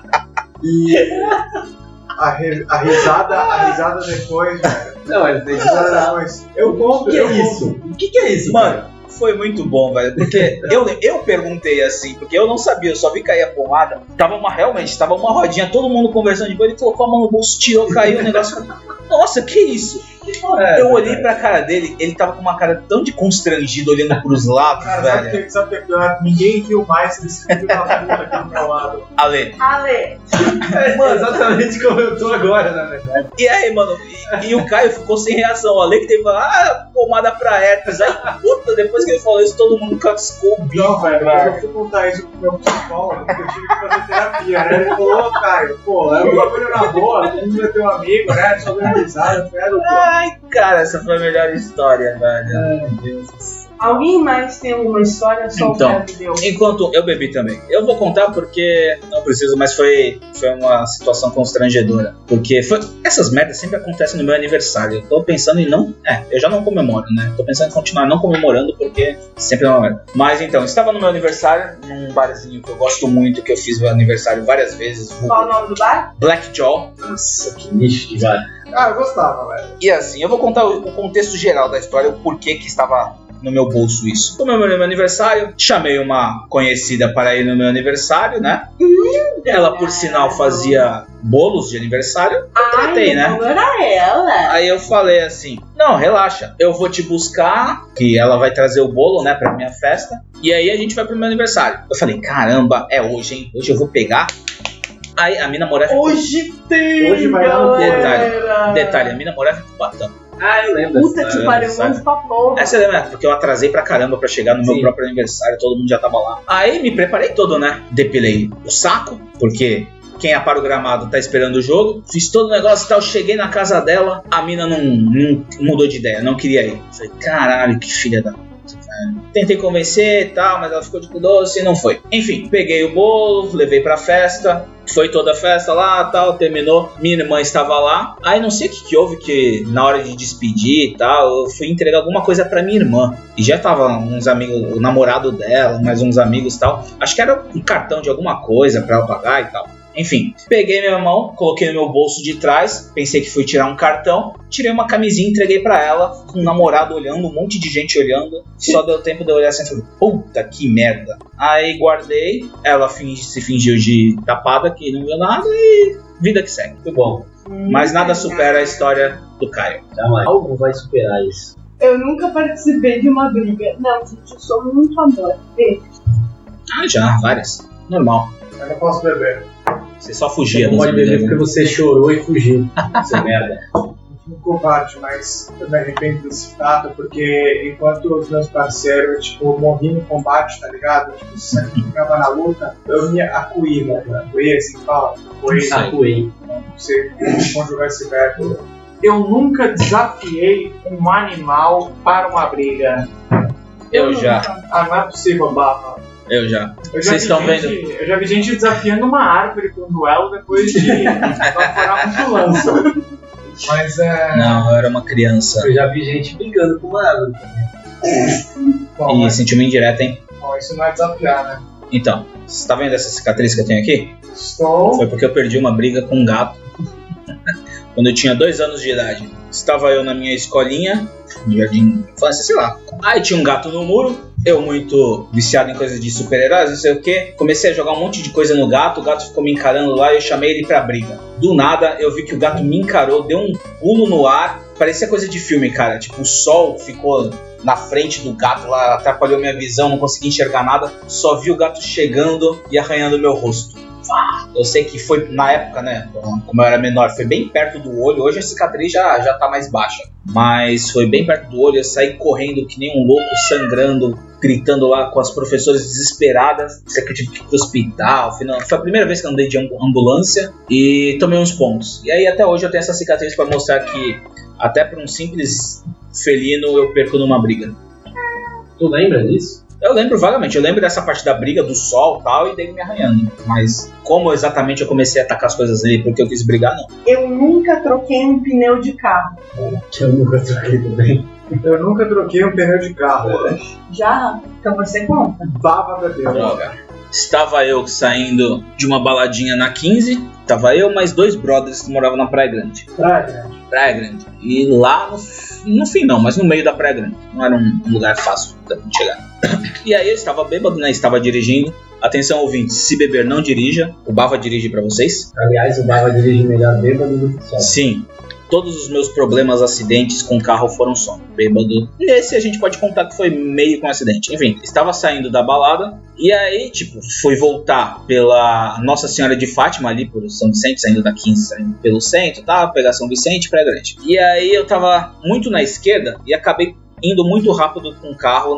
e a risada depois, velho. Não, ele tem risada depois. Eu compro, O que é isso? Mano, foi muito bom, velho, porque eu perguntei assim, porque eu não sabia, eu só vi cair a pomada, tava uma rodinha, todo mundo conversando de boa, ele colocou a mão no bolso, tirou, caiu o negócio, nossa, que isso? Eu olhei pra cara dele, ele tava com uma cara tão de constrangido, olhando pros lados, cara, velho. Sabe o que é pior? Ninguém viu mais desse filho da puta aqui do meu lado. Ale. Mano, exatamente como eu tô agora, na verdade. E aí, mano, e o Caio ficou sem reação. O Ale que teve que falar, pomada pra herpes. Aí, puta, depois que ele falou isso, todo mundo cascou o bico. Não, velho, eu fui contar isso pro meu psicólogo, porque eu tive que fazer terapia, né? Ele falou, Caio, pô, é um bagulho na boa, todo mundo é teu amigo, né? Só dando risada, velho. Ai, cara, essa foi a melhor história, velho. Ai, Deus. Alguém mais tem alguma história? Só Então, o bebeu. enquanto eu bebi também. Eu vou contar porque não preciso, mas foi uma situação constrangedora. Porque essas merdas sempre acontecem no meu aniversário. Eu tô pensando em não... eu já não comemoro, né? Tô pensando em continuar não comemorando porque sempre é uma merda. Mas então, estava no meu aniversário, num barzinho que eu gosto muito, que eu fiz meu aniversário várias vezes. Qual o nome do bar? Blackjaw. Nossa, que nicho de bar. Ah, eu gostava, velho. E assim, eu vou contar o contexto geral da história, o porquê que estava no meu bolso isso. Comemorei meu aniversário, chamei uma conhecida para ir no meu aniversário, né? Ela, por sinal, fazia bolos de aniversário. Eu tratei, né? Era ela. Aí eu falei assim, não, relaxa, eu vou te buscar, que ela vai trazer o bolo, né, pra minha festa, e aí a gente vai pro meu aniversário. Eu falei, caramba, é hoje, hein? Hoje eu vou pegar. Aí a minha namorada... Hoje tem, Hoje vai dar um Detalhe, a minha namorada ficou batendo. Ah, eu lembro. Puta que pariu, longe pra porra. Aí você lembra, porque eu atrasei pra caramba pra chegar no meu próprio aniversário, todo mundo já tava lá. Aí me preparei todo, né? Depilei o saco, porque quem apara o gramado tá esperando o jogo. Fiz todo o negócio e tal, cheguei na casa dela, a mina não mudou de ideia, não queria ir. Falei, caralho, que filha da... Tentei convencer e tal, mas ela ficou de cu doce e não foi. Enfim, peguei o bolo, levei pra festa. Foi toda a festa lá, tal, terminou. Minha irmã estava lá. Aí não sei o que houve, que na hora de despedir e tal, eu fui entregar alguma coisa pra minha irmã. E já tava uns amigos, o namorado dela, mais uns amigos e tal. Acho que era um cartão de alguma coisa pra ela pagar e tal. Enfim, peguei minha mão, coloquei no meu bolso de trás, pensei que fui tirar um cartão, tirei uma camisinha, entreguei pra ela, com um namorado olhando, um monte de gente olhando, só deu tempo de eu olhar assim e falei, puta que merda. Aí guardei, ela se fingiu de tapada, que não viu nada e vida que segue. Foi bom. Mas nada supera a história do Caio. Jamais. Algo vai superar isso. Eu nunca participei de uma briga. Não, gente, eu sou muito amor. Beijo. Ah, já, várias. Normal. Eu não posso beber. Você só fugia Você das pode beber mulheres, porque né? você chorou e fugiu. Isso é merda. Um covarde, mas eu me arrependo desse fato porque enquanto os meus parceiros, tipo, morri no combate, tá ligado? Tipo, sempre ficava na luta, eu me acuí, velho. Acuí, assim, fala. Acuí. Não sei conjugar esse verbo. Eu nunca desafiei um animal para uma briga. Eu já. Ah, não é possível, Bafa. Eu já. Eu já Vocês estão vi vendo? gente- Eu já vi gente desafiando uma árvore com um duelo depois de evaporar muito lança. Mas é. Não, eu era uma criança. Eu já vi gente brigando com uma árvore. Bom, E mas, senti uma indireta, hein? bom, isso não é desafiar, né? Então, você tá vendo essa cicatriz que eu tenho aqui? Estou. Foi porque eu perdi uma briga com um gato quando eu tinha 2 anos de idade. Estava eu na minha escolinha, no jardim de infância, sei lá. Aí tinha um gato no muro, eu muito viciado em coisas de super-heróis, não sei o que. Comecei a jogar um monte de coisa no gato, o gato ficou me encarando lá e eu chamei ele pra briga. Do nada, eu vi que o gato me encarou, deu um pulo no ar, parecia coisa de filme, cara. Tipo, o sol ficou na frente do gato lá, atrapalhou minha visão, não consegui enxergar nada. Só vi o gato chegando e arranhando meu rosto. Eu sei que foi, na época, né, como eu era menor, foi bem perto do olho. Hoje a cicatriz já tá mais baixa, mas foi bem perto do olho. Eu saí correndo que nem um louco, sangrando, gritando lá com as professoras desesperadas. Sei que eu tive que ir pro hospital. Foi a primeira vez que eu andei de ambulância e tomei uns pontos. E aí até hoje eu tenho essa cicatriz para mostrar que até para um simples felino eu perco numa briga. Tu lembra disso? Eu lembro vagamente, eu lembro dessa parte da briga, do sol e tal, e dele me arranhando. Mas como exatamente eu comecei a atacar as coisas nele porque eu quis brigar, não. Eu nunca troquei um pneu de carro. Eu nunca troquei também. Eu nunca troquei um pneu de carro. Já? Então você conta. Baba bebeu. Droga. Estava eu saindo de uma baladinha na 15, tava eu mais 2 brothers que moravam na Praia Grande. Praia Grande. E lá no fim não, mas no meio da Praia Grande. Não era um lugar fácil de chegar. E aí eu estava bêbado, né? Estava dirigindo. Atenção, ouvintes, se beber não dirija. O Bava dirige pra vocês. Aliás, o Bava dirige melhor bêbado do que só. Sim. Todos os meus problemas, acidentes com carro foram só bêbado. Nesse a gente pode contar que foi meio com acidente. Enfim, estava saindo da balada. E aí, tipo, fui voltar pela Nossa Senhora de Fátima ali por São Vicente, saindo da 15, saindo pelo centro, tá? Pegar São Vicente, Praia Grande. E aí eu tava muito na esquerda e acabei indo muito rápido com o carro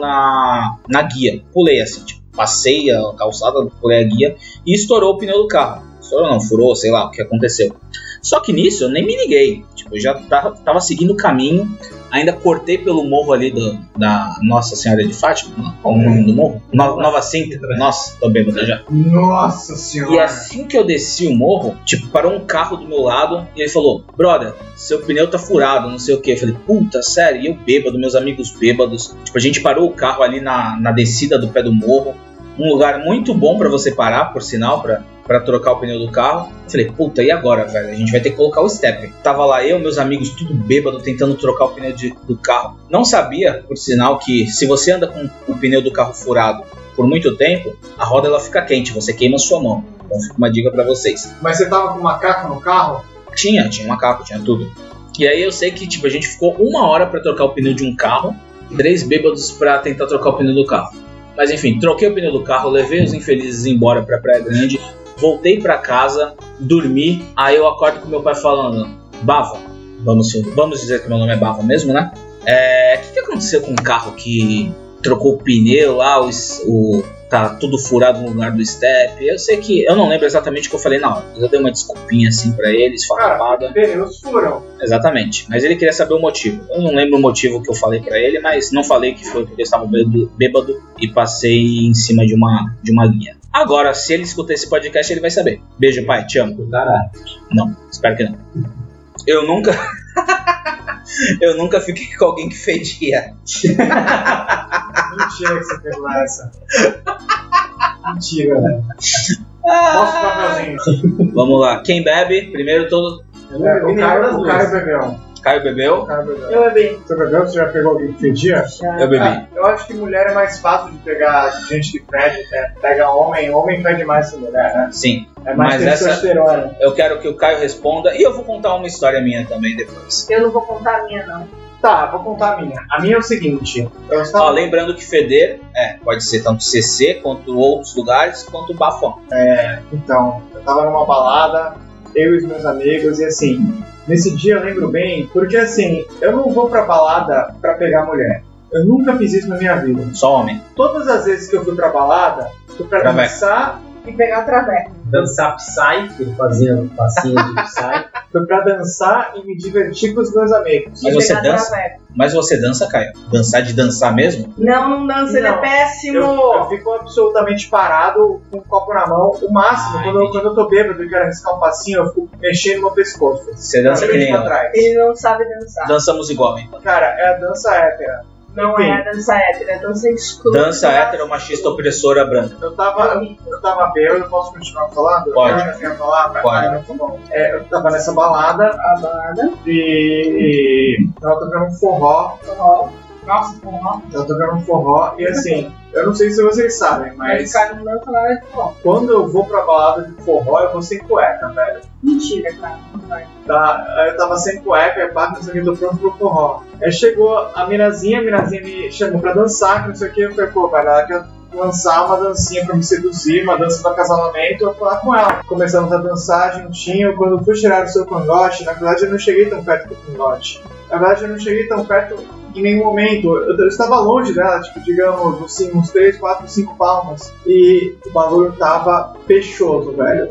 na guia. Pulei assim, tipo, passei a calçada, pulei a guia e estourou o pneu do carro. Estourou não, furou, sei lá o que aconteceu. Só que nisso eu nem me liguei. Tipo, eu já tava seguindo o caminho. Ainda cortei pelo morro ali da Nossa Senhora de Fátima. Qual o nome do morro? Nova Sintra. Nossa, tô bêbado já. Nossa Senhora. E assim que eu desci o morro, tipo, parou um carro do meu lado e ele falou: brother, seu pneu tá furado, não sei o que. Eu falei: puta, sério? E eu bêbado, meus amigos bêbados. Tipo, a gente parou o carro ali na descida do pé do morro. Um lugar muito bom pra você parar, por sinal, pra trocar o pneu do carro. Eu falei: puta, e agora, velho? A gente vai ter que colocar o step. Tava lá eu, meus amigos, tudo bêbado, tentando trocar o pneu do carro. Não sabia, por sinal, que se você anda com o pneu do carro furado por muito tempo, a roda ela fica quente, você queima a sua mão. Então fica uma dica pra vocês. Mas você tava com macaco no carro? Tinha macaco, tinha tudo. E aí eu sei que, tipo, a gente ficou 1 hora pra trocar o pneu de um carro, 3 bêbados pra tentar trocar o pneu do carro. Mas enfim, troquei o pneu do carro, levei os infelizes embora pra Praia Grande, voltei pra casa, dormi, aí eu acordo com meu pai falando: Bava, vamos dizer que meu nome é Bava mesmo, né? O que aconteceu com o carro que trocou o pneu lá, tá tudo furado no lugar do step? Eu sei que, eu não lembro exatamente o que eu falei na hora, mas eu dei uma desculpinha assim pra eles, farrapada. Pneus furam. Exatamente, mas ele queria saber o motivo. Eu não lembro o motivo que eu falei pra ele, mas não falei que foi porque eu estava bêbado e passei em cima de uma guia. Agora, se ele escutar esse podcast, ele vai saber. Beijo, pai, te amo. Caralho. Não, espero que não. Eu nunca fiquei com alguém que fedia. Mentira que você pegou essa. Mentira, velho. Mostra o papelzinho. Vamos lá, quem bebe? Primeiro todo. O Caio bebeu. Caio bebeu? Eu bebi. Você bebeu? Você já pegou alguém que fedia? Eu bebi. Eu acho que mulher é mais fácil de pegar gente que fede, né? Pega homem fede mais que mulher, né? Sim. É mais mas testosterona. Eu quero que o Caio responda e eu vou contar uma história minha também depois. Eu não vou contar a minha, não. Tá, vou contar a minha. A minha é o seguinte. Lembrando que feder pode ser tanto CC, quanto outros lugares, quanto bafão. Então, eu tava numa balada, eu e os meus amigos, e assim, nesse dia eu lembro bem, porque assim, eu não vou pra balada pra pegar mulher. Eu nunca fiz isso na minha vida. Só homem. Todas as vezes que eu fui pra balada, fui pra dançar e pegar traveco. Dançar Psy, que ele fazia um passinho de Psy. Fui pra dançar e me divertir com os meus amigos. Mas você dança? Mas você dança, Caio? Dançar de dançar mesmo? Não dança, ele é péssimo. Eu fico absolutamente parado com o copo na mão. O máximo, quando eu tô bêbado e quero arriscar um passinho, eu fico mexendo no meu pescoço. Você dança que nem eu. Ele não sabe dançar. Dançamos igual, então. Cara, é a dança hétera. Não Enfim. é a dança hétero, é a dança escrota. Dança hétero machista opressora branca. Eu tava bêbado, posso continuar falando? Pode. Eu já tinha falado? Pode. Ah, não, tá bom. Eu tava nessa balada A balada. e tava tocando um forró. Nossa, forró. Tava tocando um forró e assim, eu não sei se vocês sabem, mas Mas o cara não dança nada de forró. quando eu vou pra balada de forró, eu vou sem cueca, velho. Mentira, cara. Não vai. Tá, aí eu tava sem cueca, e pá, não sei o que, tô pronto pro forró. Aí chegou a minazinha me chamou pra dançar, que não sei o que, eu falei, pô, velho, ela quer lançar uma dancinha pra me seduzir, uma dança do acasalamento, eu fui lá com ela. Começamos a dançar juntinho, quando eu fui tirar o seu cangote, na verdade eu não cheguei tão perto do cangote. Na verdade eu não cheguei tão perto em nenhum momento, eu estava longe dela, tipo, digamos, assim, uns 3, 4, 5 palmas. E o bagulho tava fechoso, velho.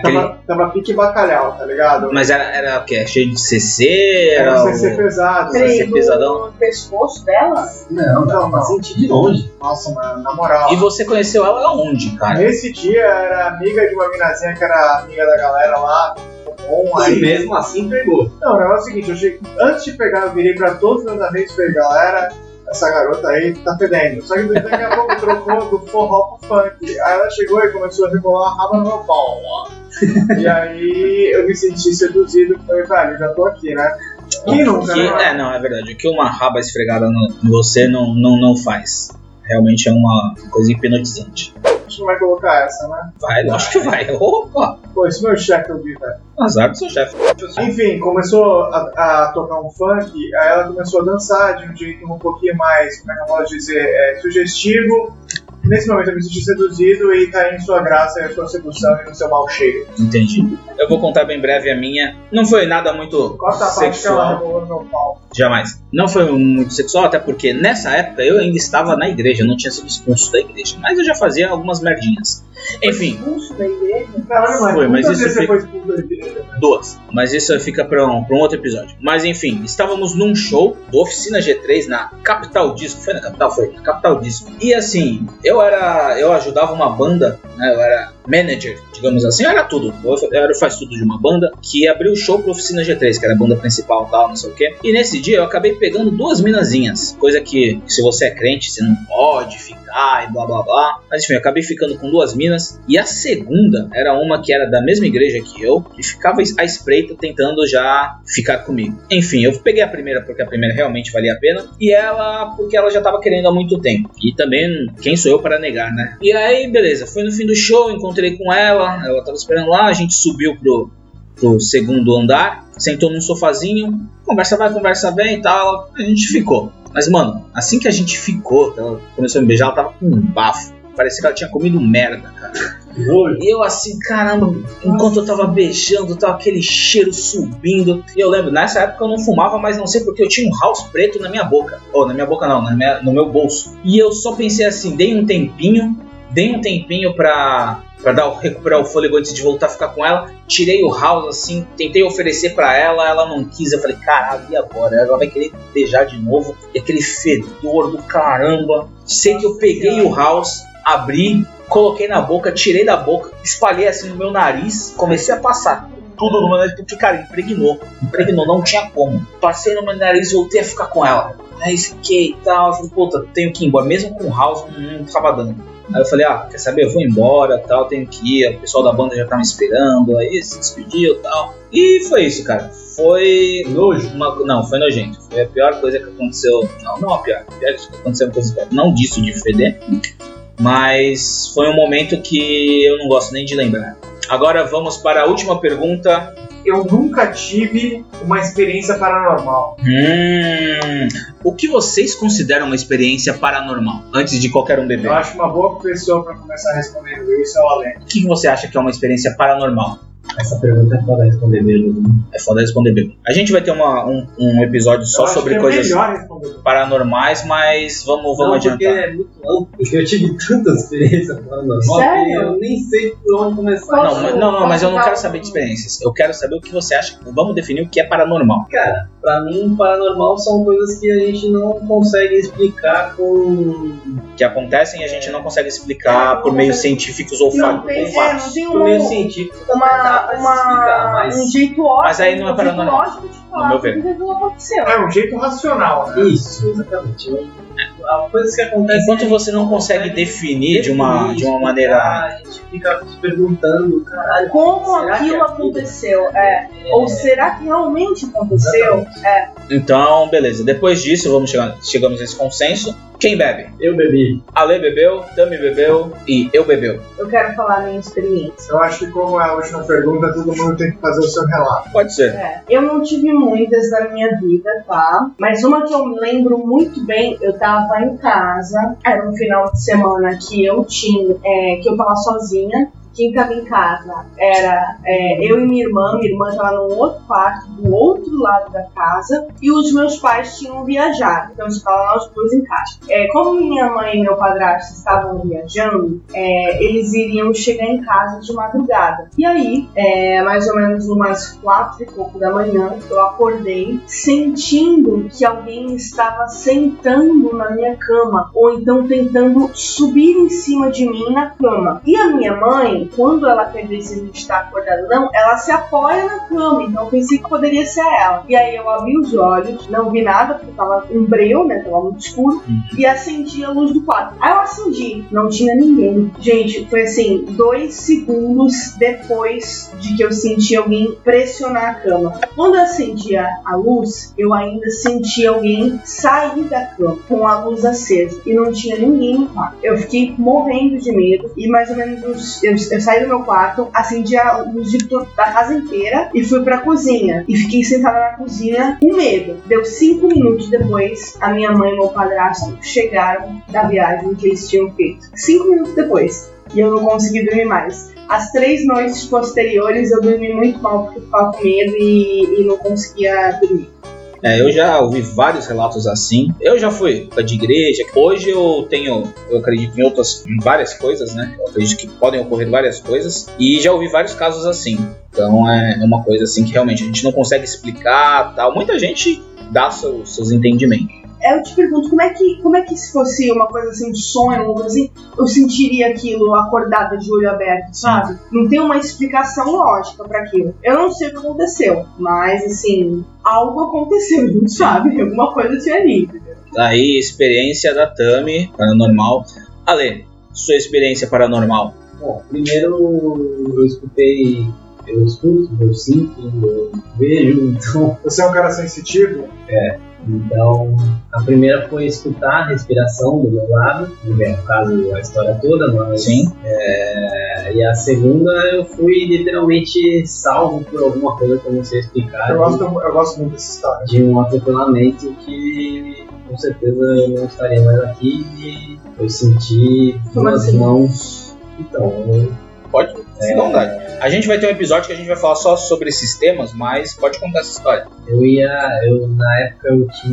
Tava pique bacalhau, tá ligado? Mas era o quê? Cheio de CC? Era um CC pesado. Peraí. Peraí, pesadão. no pescoço dela? Não, dá pra sentir de longe. Nossa, mano, na moral. E você conheceu ela aonde, cara? Nesse dia era amiga de uma minazinha que era amiga da galera lá. Bom, E aí. mesmo assim pegou. Não, o negócio é o seguinte, eu cheguei, antes de pegar, eu virei pra todos os meus amigos e falei, galera, essa garota aí tá fedendo. Só que daqui a pouco trocou do forró pro funk. Aí ela chegou e começou a rebolar a raba no meu pau. Ó. E aí eu me senti seduzido e falei, velho, já tô aqui, né? Quem nunca, né? Não, é verdade. O que uma raba esfregada em você não faz. Realmente é uma coisa hipnotizante. Acho que não vai colocar essa, né? Vai, lógico que vai. Opa! Pô, esse meu chefe eu vi, velho. Azar do seu chefe. Enfim, começou a tocar um funk, aí ela começou a dançar de um jeito um pouquinho mais, como é que eu posso dizer, sugestivo. Nesse momento eu me senti seduzido e caí em sua graça e a sua sedução e no seu mau cheiro. Entendi. Eu vou contar bem breve a minha. Não foi nada muito Corta a parte que ela sexual. rebolou no meu pau. Jamais. Não foi muito sexual, até porque nessa época eu ainda estava na igreja, não tinha sido expulso da igreja. Mas eu já fazia algumas merdinhas. Enfim, Expulso da igreja? Caralho, Foi, mas quantas isso vezes você fica- foi expulso da igreja? 2. Mas isso fica para um outro episódio. Mas enfim, estávamos num show do Oficina G3 na Capital Disco. Foi na Capital? Foi na Capital Disco. E assim, eu ajudava uma banda, né? Eu era manager, digamos assim, eu era tudo. Eu era o faz tudo de uma banda que abriu o show pro Oficina G3, que era a banda principal e tal, não sei o quê. E nesse dia eu acabei pegando 2 minazinhas. Coisa que, se você é crente, você não pode ficar e blá blá blá. Mas enfim, eu acabei ficando com 2 minas. E a segunda era uma que era da mesma igreja que eu, e ficava à espreita tentando já ficar comigo. Enfim, eu peguei a primeira porque a primeira realmente valia a pena, e ela porque ela já tava querendo há muito tempo. E também, quem sou eu para negar, né? E aí, beleza, foi no fim do show, encontrei com ela tava esperando lá, a gente subiu pro segundo andar, sentou num sofazinho, conversa vai, conversa vem e tal, a gente ficou. Mas, mano, assim que a gente ficou, ela começou a me beijar, ela tava com um bafo. Parecia que ela tinha comido merda, cara. E eu assim, caramba, enquanto eu tava beijando, tava aquele cheiro subindo. E eu lembro, nessa época eu não fumava, mas não sei porque eu tinha um house preto na minha boca. Ou na minha boca não, no meu bolso. E eu só pensei assim, dei um tempinho pra recuperar o fôlego antes de voltar a ficar com ela. Tirei o house assim, tentei oferecer pra ela não quis. Eu falei, caralho, e agora? Ela vai querer beijar de novo. E aquele fedor do caramba. Sei que eu peguei o house, abri, coloquei na boca, tirei da boca, espalhei assim no meu nariz, comecei a passar tudo no meu nariz, porque, cara, impregnou, não tinha como. Passei no meu nariz e voltei a ficar com ela. Aí fiquei e tal, falei, puta, tenho que ir embora, mesmo com o house não tava dando. Aí eu falei, quer saber, eu vou embora, tal, tenho que ir, o pessoal da banda já tá me esperando, aí se despediu e tal. E foi isso, cara. Foi nojo? Não, foi nojento. Foi a pior coisa que aconteceu. Não a pior. A pior que aconteceu coisa pior. Não disso de feder. Mas foi um momento que eu não gosto nem de lembrar. Agora vamos para a última pergunta. Eu nunca tive uma experiência paranormal. O que vocês consideram uma experiência paranormal? Antes de qualquer um beber. Eu acho uma boa pessoa pra começar respondendo isso é o Além. O que você acha que é uma experiência paranormal? Essa pergunta é foda responder mesmo. É foda responder bem. A gente vai ter um episódio só sobre coisas paranormais, mas vamos adiantar. Porque é muito amplo, porque eu tive tantas experiências paranormais que eu nem sei por onde começar. Não, mas eu não quero saber de experiências. Eu quero saber o que você acha. Vamos definir o que é paranormal. Cara, pra mim, paranormal são coisas que a gente não consegue explicar com... Que acontecem e a gente não consegue explicar por meios científicos ou não fatos. tem Por meio científico. um jeito ótimo. Mas aí não é paranormal. Lógico de no meu ver. Não aconteceu. É um jeito racional, né? Isso, exatamente. Coisas que acontecem. Enquanto você não consegue definir de uma maneira. A gente fica se perguntando, caralho, Como será aquilo que aconteceu? Ou será que realmente aconteceu? Então, beleza. Depois disso, chegamos nesse consenso. Quem bebe? Eu bebi. Ale bebeu, Tami bebeu e eu bebeu. Eu quero falar a minha experiência. Eu acho que como é a última pergunta, todo mundo tem que fazer o seu relato. Pode ser. Eu não tive muitas na minha vida, tá? Mas uma que eu me lembro muito bem, eu tava em casa, era um final de semana que eu tinha, que eu tava sozinha. Quem tava em casa era eu e minha irmã tava num outro quarto, do outro lado da casa, e os meus pais tinham viajado, então estavam nós dois em casa. Como minha mãe e meu padrasto estavam viajando, eles iriam chegar em casa de madrugada. E aí, mais ou menos umas 4 e pouco da manhã, eu acordei sentindo que alguém estava sentando na minha cama, ou então tentando subir em cima de mim na cama. E a minha mãe, quando ela quer ver se a gente está acordado ou não, ela se apoia na cama, então eu pensei que poderia ser ela. E aí eu abri os olhos, não vi nada, porque tava um breu, né, tava muito escuro, e acendi a luz do quarto. Aí eu acendi, não tinha ninguém. Gente, foi assim, 2 segundos depois de que eu senti alguém pressionar a cama. Quando eu acendi a luz, eu ainda senti alguém sair da cama com a luz acesa, e não tinha ninguém no quarto. Eu fiquei morrendo de medo, e mais ou menos eu saí do meu quarto, acendi a luz da casa inteira e fui pra cozinha. E fiquei sentada na cozinha com medo. Deu 5 minutos depois, a minha mãe e meu padrasto chegaram da viagem que eles tinham feito. 5 minutos depois. E eu não consegui dormir mais. As 3 noites posteriores eu dormi muito mal porque eu ficava com medo e não conseguia dormir. Eu já ouvi vários relatos assim. Eu já fui de igreja. Hoje eu acredito em várias coisas, né? Eu acredito que podem ocorrer várias coisas. E já ouvi vários casos assim. Então é uma coisa assim que realmente a gente não consegue explicar, tal. Muita gente dá seus entendimentos. Eu te pergunto, como é que se fosse uma coisa assim, um sonho, uma coisa assim, eu sentiria aquilo acordada de olho aberto, sabe? Não tem uma explicação lógica pra aquilo. Eu não sei o que aconteceu, mas assim, algo aconteceu, não sabe? Alguma coisa tinha ali. Aí, experiência da Tami, paranormal. Ale, sua experiência paranormal. Bom, primeiro eu escuto, eu sinto, eu vejo, então... Você é um cara sensitivo? Então, a primeira foi escutar a respiração do meu lado, no caso a história toda, mas... Sim. E a segunda eu fui literalmente salvo por alguma coisa que eu não sei explicar. Eu gosto muito dessa história. De um atropelamento que com certeza eu não estaria mais aqui e eu senti duas mãos. Então, pode ficar à vontade. A gente vai ter um episódio que a gente vai falar só sobre esses temas, mas pode contar essa história. Na época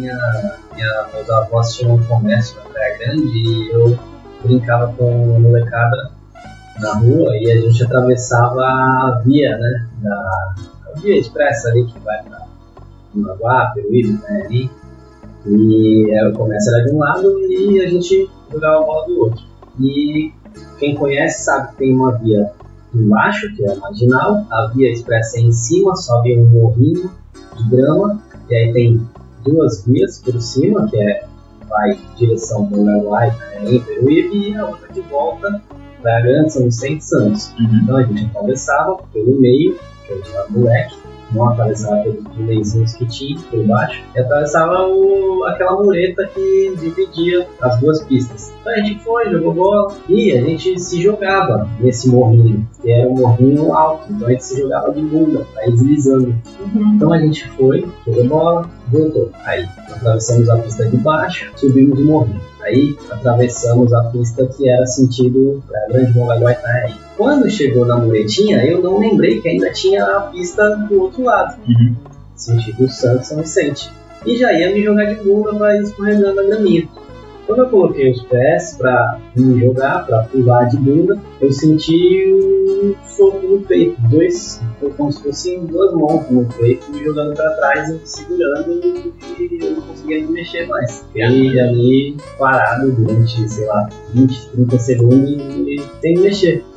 meus avós tinham um comércio na Praia Grande e eu brincava com uma molecada na rua e a gente atravessava a via, né, a via expressa ali que vai pra Maguá, Peruíbe, né, ali. E o comércio era de um lado e a gente jogava a bola do outro. E quem conhece sabe que tem uma via embaixo, que é a marginal, a via expressa em cima, sobe um morrinho de grama, e aí tem 2 vias por cima, que vai em direção do Uruguai, em Peruíbe, e a outra que volta para a Grande São Vicente Santos. Então a gente atravessava pelo meio, que eu tinha moleque, não atravessava pelos túneizinhos que tinha por baixo, e atravessava aquela mureta que dividia as 2 pistas. Então a gente foi, jogou bola e a gente se jogava nesse morrinho, que era um morrinho alto, então a gente se jogava de bunda, aí deslizando. Então a gente foi, jogou bola, voltou. Aí atravessamos a pista de baixo, subimos o morrinho. Aí atravessamos a pista que era sentido para Grande Mongaguaitaí. Quando chegou na muretinha, eu não lembrei que ainda tinha a pista do outro lado, sentido Santos São Vicente. E já ia me jogar de bunda para ir escorregando a graminha. Quando eu coloquei os pés para me jogar, para pular de bunda, eu senti um soco no peito. Como se fossem 2 mãos no peito, me jogando para trás, me segurando e eu não conseguia me mexer mais. Fiquei ali parado durante, sei lá, 20, 30 segundos e sem me mexer.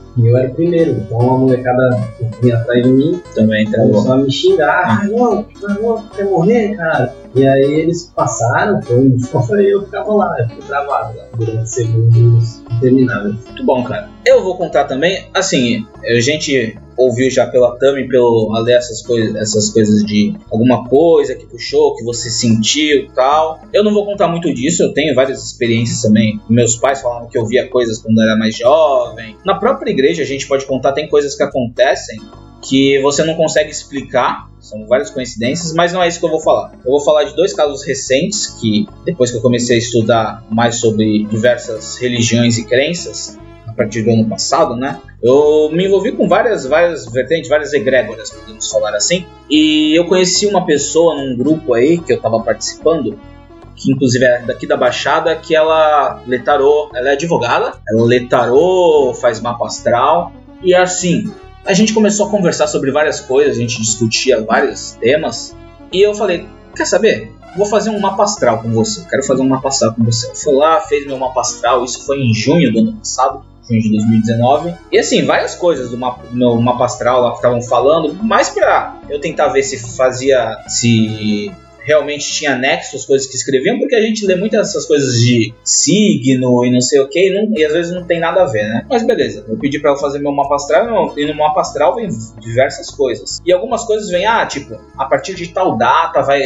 E eu era o primeiro, então uma molecada que vinha atrás de mim Também começou a me xingar. Não, quer morrer, cara? E aí eles passaram, e eu ficava lá, eu fiquei travado lá durante segundos intermináveis. Muito bom, cara. Eu vou contar também, assim, a gente ouviu já pela Tami, pelo Ale, essas coisas de alguma coisa que puxou, que você sentiu e tal. Eu não vou contar muito disso, eu tenho várias experiências também. Meus pais falavam que eu via coisas quando eu era mais jovem. Na própria igreja a gente pode contar, tem coisas que acontecem que você não consegue explicar, são várias coincidências, mas não é isso que eu vou falar. Eu vou falar de 2 casos recentes que, depois que eu comecei a estudar mais sobre diversas religiões e crenças, a partir do ano passado, né, eu me envolvi com várias vertentes, várias egrégoras, podemos falar assim, e eu conheci uma pessoa num grupo aí que eu estava participando, que inclusive é daqui da Baixada, que ela lê tarô, ela é advogada, ela lê tarô, faz mapa astral, e assim, a gente começou a conversar sobre várias coisas, a gente discutia vários temas, e eu falei, quer saber? Vou fazer um mapa astral com você, quero fazer um mapa astral com você. Eu fui lá, fez meu mapa astral, isso foi em junho do ano passado, junho de 2019, e assim, várias coisas do meu mapa astral lá que estavam falando, mais pra eu tentar ver se realmente tinha nexo as coisas que escreviam, porque a gente lê muitas essas coisas de signo e não sei o que, e às vezes não tem nada a ver, né? Mas beleza, eu pedi pra ela fazer meu mapa astral, e no mapa astral vem diversas coisas. E algumas coisas vêm, tipo, a partir de tal data vai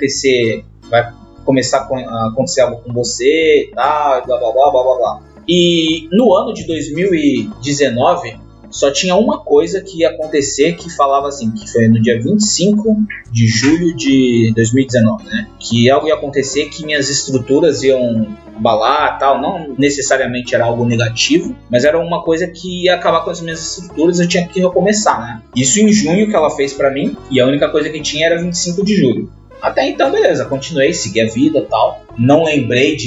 começar a acontecer algo com você, tá, blá blá blá blá blá blá. E no ano de 2019, só tinha uma coisa que ia acontecer que falava assim, que foi no dia 25 de julho de 2019, né? Que algo ia acontecer, que minhas estruturas iam abalar, tal, não necessariamente era algo negativo, mas era uma coisa que ia acabar com as minhas estruturas, eu tinha que recomeçar, né? Isso em junho que ela fez pra mim, e a única coisa que tinha era 25 de julho. Até então, beleza, continuei, segui a vida e tal. Não lembrei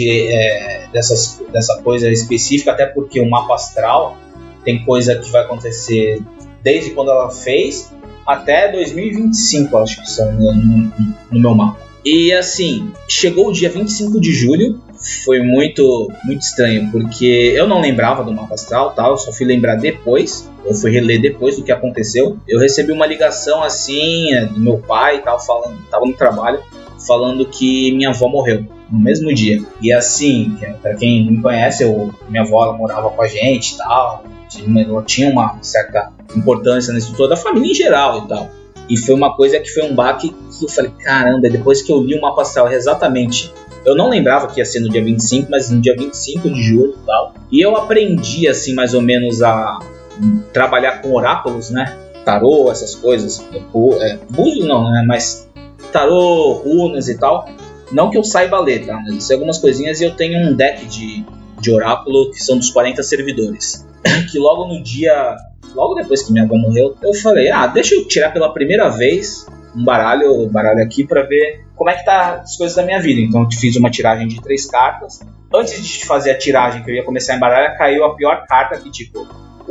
dessa coisa específica, até porque o mapa astral tem coisa que vai acontecer desde quando ela fez até 2025, acho que são no meu mapa. E assim, chegou o dia 25 de julho, foi muito, muito estranho, porque eu não lembrava do mapa astral, tal, eu só fui lembrar depois, eu fui reler depois do que aconteceu. Eu recebi uma ligação assim, do meu pai, tava no trabalho, falando que minha avó morreu no mesmo dia. E assim, pra quem me conhece, minha avó ela morava com a gente e tal, ela tinha uma certa importância na estrutura da família em geral e tal. E foi uma coisa que foi um baque que eu falei, caramba, depois que eu li o mapa astral exatamente, eu não lembrava que ia ser no dia 25, mas no dia 25 de julho e tal. E eu aprendi assim mais ou menos a trabalhar com oráculos, né? Tarô, essas coisas, búzios não, né? Mas tarô, runas e tal. Não que eu saiba ler, tá? Mas eu sei algumas coisinhas, e eu tenho um deck de oráculo que são dos 40 servidores. Que logo depois que minha avó morreu, eu falei, deixa eu tirar pela primeira vez um baralho aqui pra ver como é que tá as coisas da minha vida. Então eu fiz uma tiragem de 3 cartas. Antes de fazer a tiragem que eu ia começar a embaralhar, caiu a pior carta que, tipo,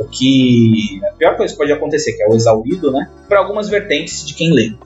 a pior coisa que pode acontecer, que é o exaurido, né? Pra algumas vertentes de quem lê.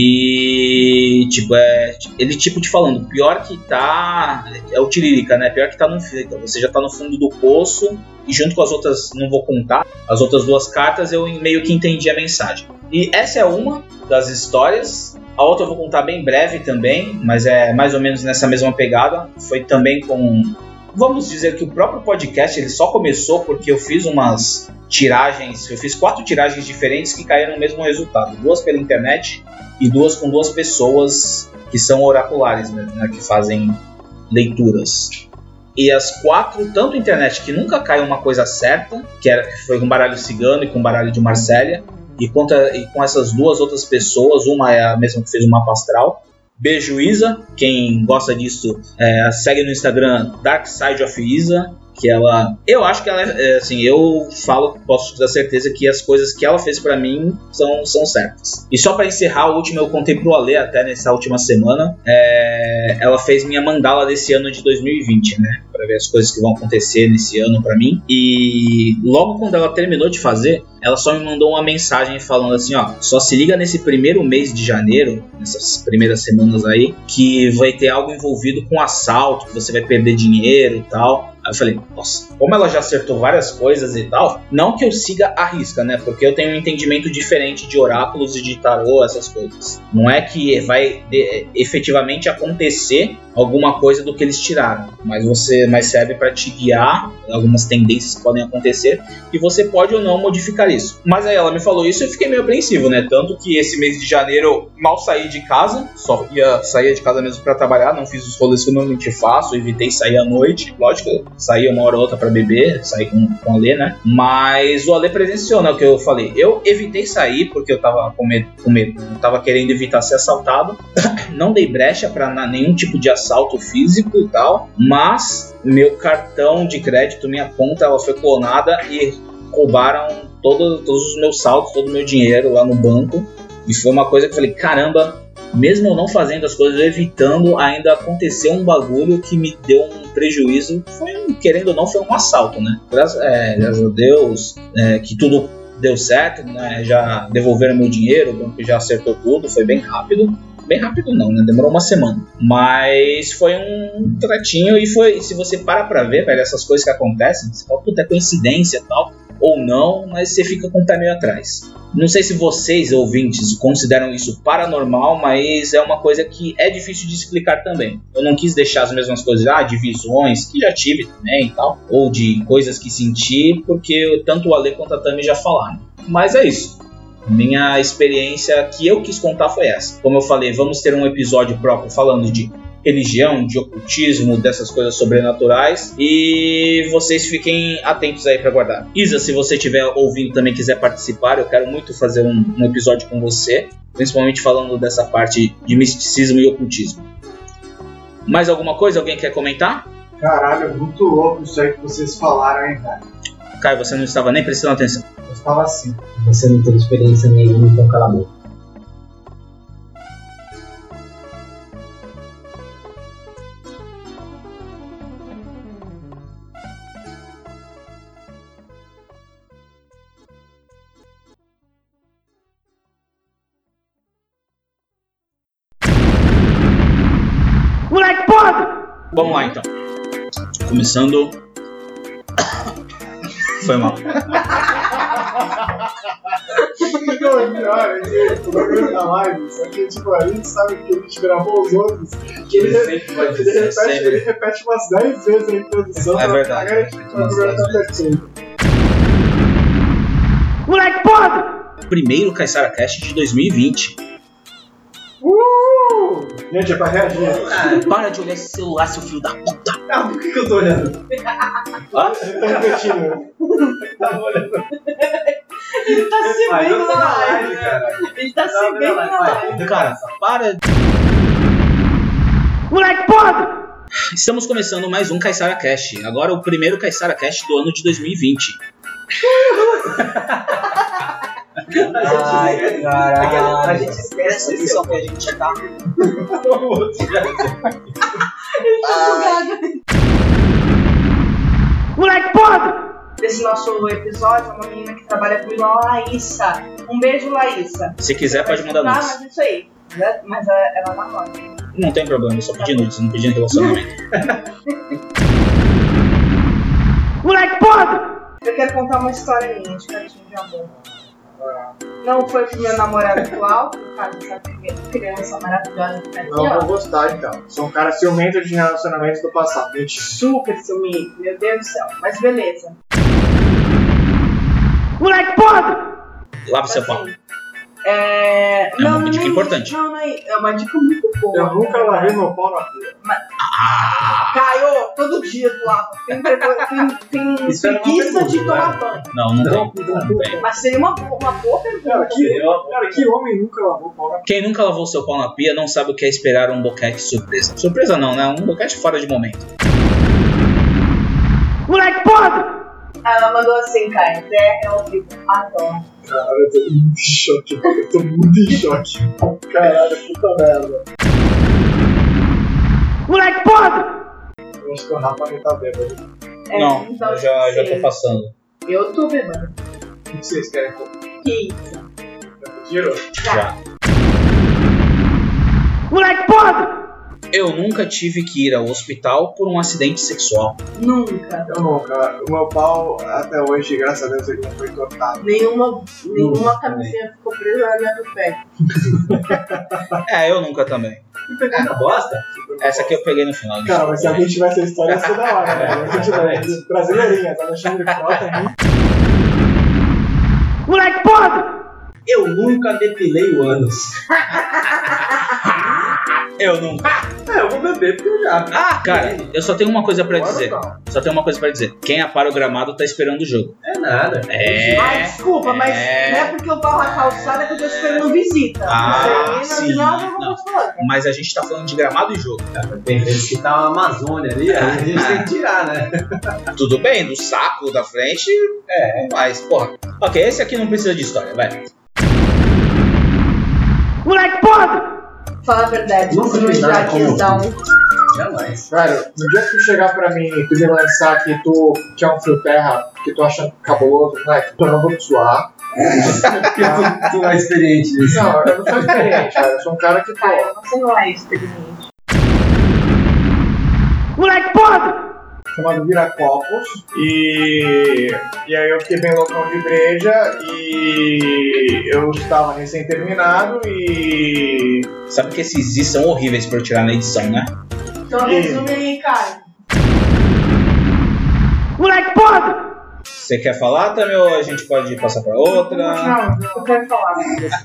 E, tipo, ele tipo te falando, pior que tá, é o tiririca, né? Pior que tá no fundo, você já tá no fundo do poço. E junto com as outras, não vou contar, as outras 2 cartas eu meio que entendi a mensagem. E essa é uma das histórias. A outra eu vou contar bem breve também, mas é mais ou menos nessa mesma pegada. Foi também com... Vamos dizer que o próprio podcast ele só começou porque eu fiz umas tiragens, eu fiz 4 tiragens diferentes que caíram no mesmo resultado. 2 pela internet e 2 com 2 pessoas que são oraculares, né, que fazem leituras. E as 4, tanto internet, que nunca cai uma coisa certa, que foi com baralho cigano e com baralho de Marsella, e com essas 2 outras pessoas, uma é a mesma que fez o mapa astral. Beijo, Isa. Quem gosta disso, segue no Instagram Dark Side of Isa, que ela... Eu acho que ela assim, eu posso dar certeza que as coisas que ela fez pra mim são certas. E só pra encerrar, o último eu contei pro Ale até nessa última semana, ela fez minha mandala desse ano de 2020, né? Pra ver as coisas que vão acontecer nesse ano pra mim. E logo quando ela terminou de fazer, ela só me mandou uma mensagem falando assim, só se liga nesse primeiro mês de janeiro, nessas primeiras semanas aí, que vai ter algo envolvido com assalto, que você vai perder dinheiro e tal. Aí eu falei, nossa, como ela já acertou várias coisas e tal, não que eu siga a risca, né? Porque eu tenho um entendimento diferente de oráculos e de tarô, essas coisas. Não é que vai efetivamente acontecer alguma coisa do que eles tiraram, mas serve para te guiar algumas tendências que podem acontecer e você pode ou não modificar isso. Mas aí ela me falou isso e eu fiquei meio apreensivo, né? Tanto que esse mês de janeiro eu mal saí de casa, só saía de casa mesmo para trabalhar, não fiz os rolês que eu normalmente faço, evitei sair à noite. Lógico, eu saía uma hora ou outra para beber, sair com o Alê, né? Mas o Alê presenciou, né? O que eu falei. Eu evitei sair porque eu tava com medo, eu tava querendo evitar ser assaltado. Não dei brecha para nenhum tipo de assalto físico e tal, mas meu cartão de crédito, minha conta, ela foi clonada e roubaram todos os meus saldos, todo o meu dinheiro lá no banco. E foi uma coisa que eu falei, caramba, mesmo eu não fazendo as coisas, evitando, ainda aconteceu um bagulho que me deu um prejuízo. Querendo ou não, foi um assalto, né? Graças a Deus que tudo deu certo, né? Já devolveram meu dinheiro, o banco já acertou tudo, foi bem rápido. Bem rápido não, né? Demorou uma semana. Mas foi um tratinho e foi... Se você pra ver, velho, essas coisas que acontecem, você fala, puta, é coincidência e tal, ou não, mas você fica com o pé meio atrás. Não sei se vocês, ouvintes, consideram isso paranormal, mas é uma coisa que é difícil de explicar também. Eu não quis deixar as mesmas coisas, de visões, que já tive também e tal, ou de coisas que senti, porque tanto o Alê quanto a Tami já falaram. Mas é isso. Minha experiência que eu quis contar foi essa. Como eu falei, vamos ter um episódio próprio falando de religião, de ocultismo, dessas coisas sobrenaturais. E vocês fiquem atentos aí para guardar. Isa, se você estiver ouvindo também quiser participar, eu quero muito fazer um episódio com você, principalmente falando dessa parte de misticismo e ocultismo. Mais alguma coisa? Alguém quer comentar? Caralho, é muito louco isso aí que vocês falaram, hein, cara? Caio, você não estava nem prestando atenção. Eu estava assim. Você não teve experiência nenhuma, então cala a boca. Moleque podre! Vamos lá então. Começando. Foi mal. O bagulho da live, só que tipo, a gente sabe que a gente gravou os outros, que ele repete umas 10 vezes a introdução. É verdade. A gente tá perfeito. Moleque podre! Primeiro Caissara Cast de 2020. Gente, é pra reagir. Para de olhar esse celular, seu filho da puta. Por que eu tô olhando? Ele tá repetindo. Tá olhando. Ele tá se vendo na live, cara. Ele tá se vendo na live. Cara, para. Moleque podre! Estamos começando mais um Caissara Cast. Agora o primeiro Caissara Cast do ano de 2020. Ai, caralho. A gente esquece a edição que a gente tá. Moleque podre! Desse nosso episódio, uma menina que trabalha comigo, a Laísa. Um beijo, Laísa. Se quiser, pode mandar nudes. Mas isso aí. Mas ela namora. Não tem problema, eu só pedi nudes, não pedi relacionamento. Moleque podre! Eu quero contar uma história minha de cartinha de amor. Não foi pro meu namorado atual, por causa dessa criança maravilhosa que tá aqui, Não vou gostar, então. Sou um cara ciumento de relacionamentos do passado. Mentira. Super ciumento, meu Deus do céu. Mas beleza. Moleque podre! Lave seu pau. É uma dica importante. Não, é uma dica muito boa. Eu nunca lavei meu pau na rua. Caio, todo dia tu lava. Tem preguiça de tomar banho. Não tem. Mas seria uma boa pergunta. Cara, que homem nunca lavou o pau na rua? Quem nunca lavou seu pau na pia não sabe o que é esperar um boquete surpresa. Surpresa não, né? Um boquete fora de momento. Moleque podre! Ela mandou assim, Caio. É ao vivo. Adoro. Caralho, eu tô muito em choque. Eu tô muito em choque. Caralho, puta merda. Moleque podre! Eu acho que o Rafa não tá bêbado. Não, então, eu já tô passando. Eu tô bebendo. O que vocês querem comer? Pizza. Já pediram? Já. Moleque podre! Eu nunca tive que ir ao hospital por um acidente sexual. Nunca. Eu nunca. O meu pau, até hoje, graças a Deus, ele não foi cortado. Nenhuma camisinha ficou presa na minha do pé. Eu nunca também. Essa bosta? Essa aqui eu peguei no final. Cara, mas se alguém tivesse a história, ia ser da hora, né? Se tivesse brasileirinha, tá deixando de frota, né? Moleque podre! Eu nunca depilei o ânus. Eu nunca. Eu vou beber porque eu já. Cara, eu só tenho uma coisa pra dizer. Quem apara o gramado tá esperando o jogo. É nada. Ai, desculpa, mas não é porque eu paro na calçada que eu tô esperando visita. Sim. Não. Mas a gente tá falando de gramado e jogo. Cara, tem vezes que tá uma Amazônia ali, a gente tem que tirar, né? Tudo bem, do saco da frente, mas, porra. Ok, esse aqui não precisa de história, vai. Moleque podre! Fala a verdade, Nunca você fiz já nada quis com- dar um. Jamais. Velho, no dia que tu chegar pra mim e tu me lançar que tu quer um fio terra, que tu acha cabuloso, moleque, eu não vou te suar. Porque tu é experiente nisso. Não, eu não sou experiente, velho. Eu sou um cara que, pô, Você não é experiente. Moleque podre! chamado Viracopos. E aí eu fiquei bem loucão de breja e eu estava recém-terminado e... Sabe que esses I são horríveis pra eu tirar na edição, né? Então resume aí, cara. Moleque podre! Você quer falar, Tami, ou a gente pode passar pra outra? Não, eu quero falar.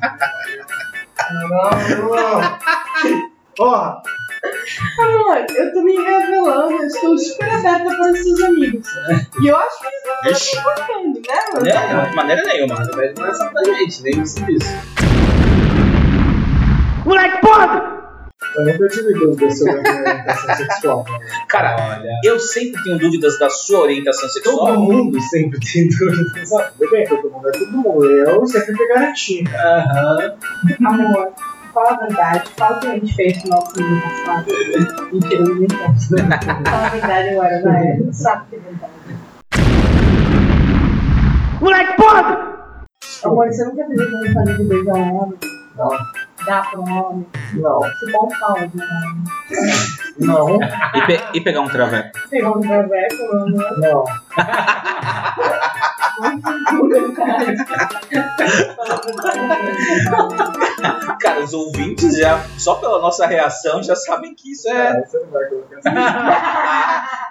Porra! Amor, eu tô me revelando, eu estou super aberta para os seus amigos. E eu acho que eles não estão se importando, né, mano? Não, de maneira nenhuma. Na verdade, não é só pra gente, nem isso disso. Moleque podre! Eu nunca tive dúvidas sobre a minha orientação sexual. Cara, Olha, eu sempre tenho dúvidas da sua orientação sexual. todo mundo sempre tem dúvida. Tudo bem, todo mundo é todo mundo. Eu sempre fui garantido. Aham. Amor, fala a verdade. Fala o que a gente fez no nosso ano passado. Mentira, não me importa. Fala a verdade agora, vai. Sabe que é verdade. Moleque podre! Amor, você nunca pediu pra mim fazer de beijo a um homem? Não. Dá pra um homem? Não. Se bom fala de um homem. Não. E pegar um traveco. Pegar um traveco, mano. Não. Cara, os ouvintes já, só pela nossa reação, já sabem que isso é. Você não vai colocar assim.